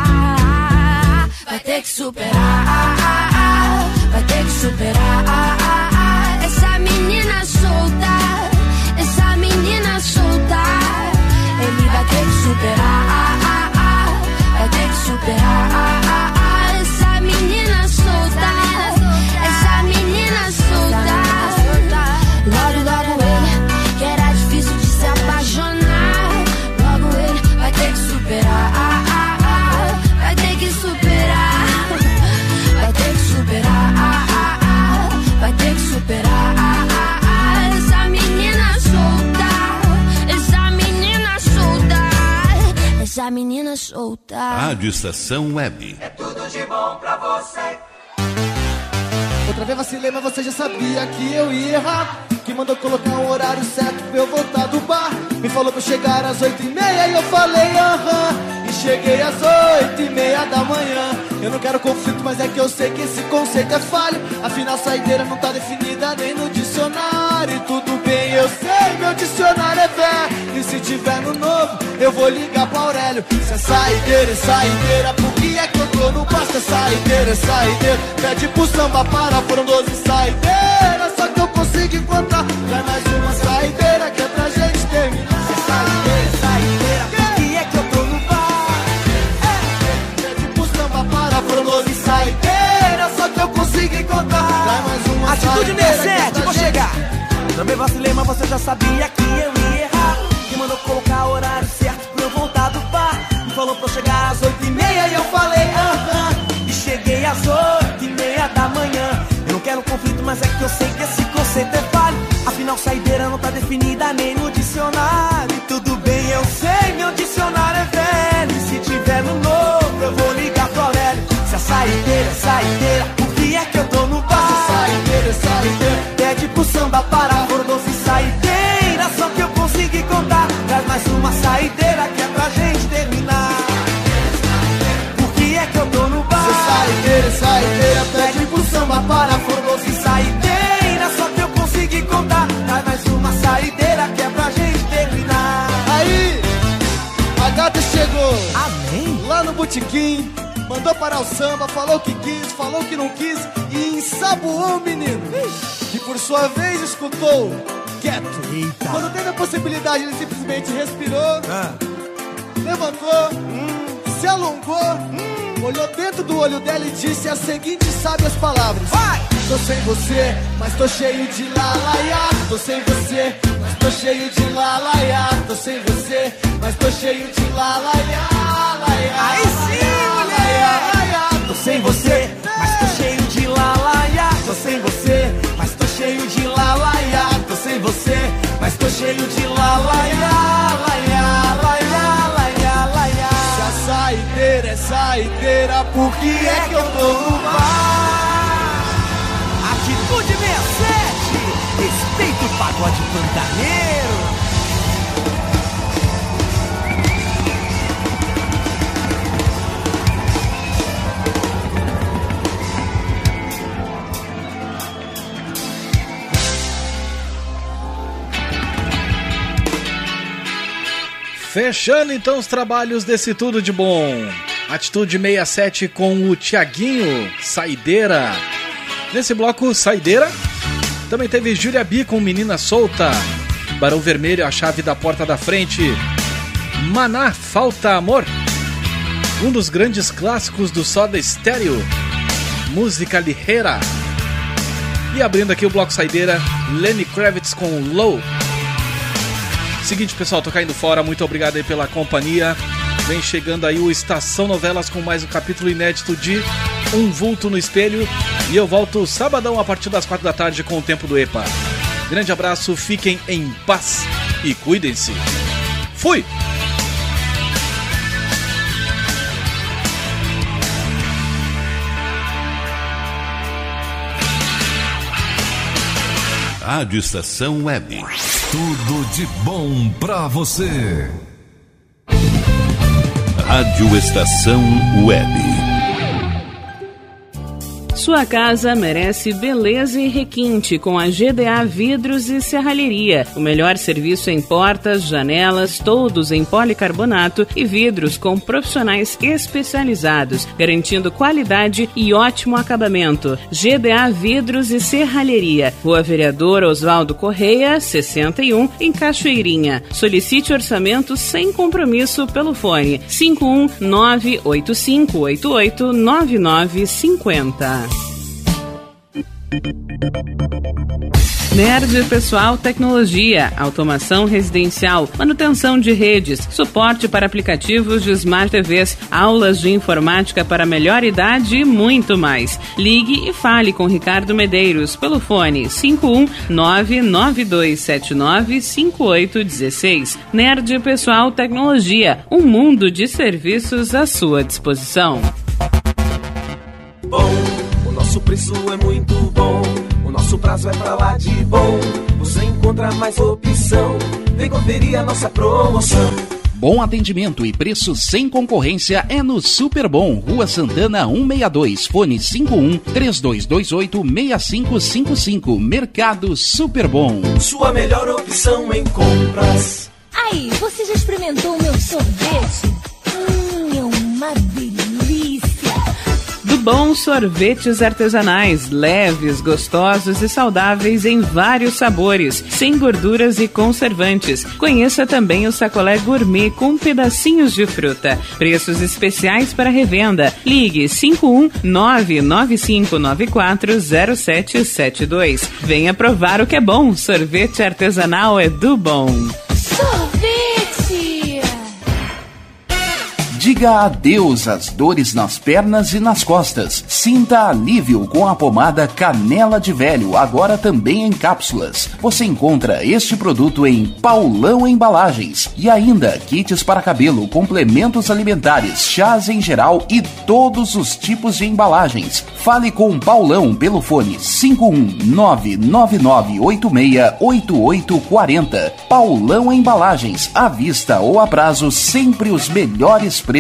vai ter que superar, vai ter que superar. Essa menina solta, essa menina solta, ele vai ter que superar, vai ter que superar. Essa menina solta, essa menina solta. Logo, logo ele, que era difícil de se apaixonar. Logo ele vai ter que superar, vai ter que superar, vai ter que superar, vai ter que superar. Essa menina solta, essa menina solta, essa menina solta. Rádio Estação Web. É tudo de bom pra você. Outra vez vacilei, mas você já sabia que eu ia errar. Que mandou colocar um horário certo pra eu voltar do bar. Me falou pra eu chegar às oito e meia e eu falei aham. E cheguei às oito e meia da manhã. Eu não quero conflito, mas é que eu sei que esse conceito é falho. Afinal, saideira não tá definida nem no dicionário. E tudo bem, eu sei, meu dicionário é velho. E se tiver no novo, eu vou ligar pra Aurélio. Se é saideira, é saideira, por que é que eu tô no bar? Se é saideira, é saideira, pede pro samba para, foram doze saideiras. Só que eu consigo encontrar, vai mais uma saideira que é pra gente terminar. Se é saideira, é saideira, por que é que eu tô no bar? É, pede pro samba para, foram doze saideiras. Só que eu consigo encontrar, vai mais uma Atitude saideira sessenta e sete, que é pra vou gente. chegar. Também vacilei, mas você já sabia que eu ia errar. Que mandou colocar o horário certo pra eu voltar do bar. Me falou pra eu chegar às oito e meia e eu falei aham. E cheguei às oito e meia da manhã. Eu não quero conflito, mas é que eu sei que esse conceito é falho. Afinal, saideira não tá definida nem no dicionário. E tudo bem, eu sei, meu dicionário é velho. E se tiver no novo, eu vou ligar pro Aurélio. Se a saideira é saideira, por que é que eu tô no bar? Se é saideira, é saideira, pede pro samba parar, foram doze saideiras. Só que eu consegui contar, traz mais uma saideira que é pra gente terminar. Por que é que eu tô no bar? Se é saideira, é saideira, pede pro samba parar, foram doze saideiras. Só que eu consegui contar, traz mais uma saideira que é pra gente terminar. Aí, a gata chegou. Amém. Lá no botequim, mandou parar o samba, falou que quis, falou que não quis e ensaboou o menino. Que por sua vez escutou quieto. Eita. Quando teve a possibilidade, ele simplesmente respirou, Ah. levantou, hum, se alongou, hum, olhou dentro do olho dela e disse as seguintes sábias palavras: Vai! Tô sem você, mas tô cheio de lalaiá. Tô sem você, mas tô cheio de lalaiá. Tô sem você, mas tô cheio de lalaiá. Aí sim, mulher! Tô sem você, mas tô cheio de lalaiá. Tô sem você, mas tô cheio de lalaiá. Tô sem você, mas tô cheio de lalaiá. Laiá, laiá, laiá, laiá. Se a saideira é saideira, por que é que eu tô no bar? Atitude sessenta e sete, respeita o pagode pantaneiro. Fechando então os trabalhos desse Tudo de Bom. Atitude sessenta e sete com o Tiaguinho, Saideira. Nesse bloco, Saideira. Também teve Júlia B com Menina Solta. Barão Vermelho, A Chave da Porta da Frente. Maná, Falta Amor. Um dos grandes clássicos do Soda Stereo. Música Ligeira. E abrindo aqui o bloco Saideira, Lenny Kravitz com Low. Seguinte, pessoal, tô caindo fora, muito obrigado aí pela companhia. Vem chegando aí o Estação Novelas com mais um capítulo inédito de Um Vulto no Espelho. E eu volto sabadão a partir das quatro da tarde com o Tempo do EPA. Grande abraço, fiquem em paz e cuidem-se. Fui! Rádio Estação Web. Tudo de bom pra você. Rádio Estação Web. Sua casa merece beleza e requinte com a G D A Vidros e Serralheria. O melhor serviço em portas, janelas, todos em policarbonato e vidros com profissionais especializados, garantindo qualidade e ótimo acabamento. G D A Vidros e Serralheria. Rua Vereador Oswaldo Correia, sessenta e um, em Cachoeirinha. Solicite orçamento sem compromisso pelo fone cinco um nove oito cinco oito oito nove nove cinco zero. Nerd Pessoal Tecnologia, automação residencial, manutenção de redes, suporte para aplicativos de Smart T Vs, aulas de informática para melhor idade e muito mais. Ligue e fale com Ricardo Medeiros pelo fone cinco um nove nove dois sete nove cinco oito um seis. Nerd Pessoal Tecnologia, um mundo de serviços à sua disposição. Bom, o nosso preço é muito bom. O nosso prazo é pra lá de bom. Você encontra mais opção. Vem conferir a nossa promoção. Bom atendimento e preço sem concorrência é no Super Bom, Rua Santana cento e sessenta e dois, fone cinco um três dois dois oito seis cinco cinco cinco. Mercado Super Bom. Sua melhor opção em compras. Aí, você já experimentou o meu sorvete? Hum, é uma delícia. Do Bom Sorvetes Artesanais, leves, gostosos e saudáveis em vários sabores, sem gorduras e conservantes. Conheça também o sacolé gourmet com pedacinhos de fruta. Preços especiais para revenda. Ligue cinco um nove nove cinco nove quatro zero sete sete dois. Venha provar o que é bom. Sorvete artesanal é do Bom. Sorvete! Diga adeus às dores nas pernas e nas costas. Sinta alívio com a pomada Canela de Velho, agora também em cápsulas. Você encontra este produto em Paulão Embalagens. E ainda kits para cabelo, complementos alimentares, chás em geral e todos os tipos de embalagens. Fale com Paulão pelo fone cinco um nove nove nove oito seis oito oito quatro zero. Paulão Embalagens, à vista ou a prazo, sempre os melhores preços.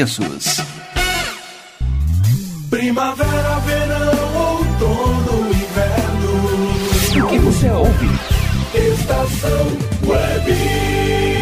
Primavera, verão, outono, inverno. O que você ouve? Estação Web.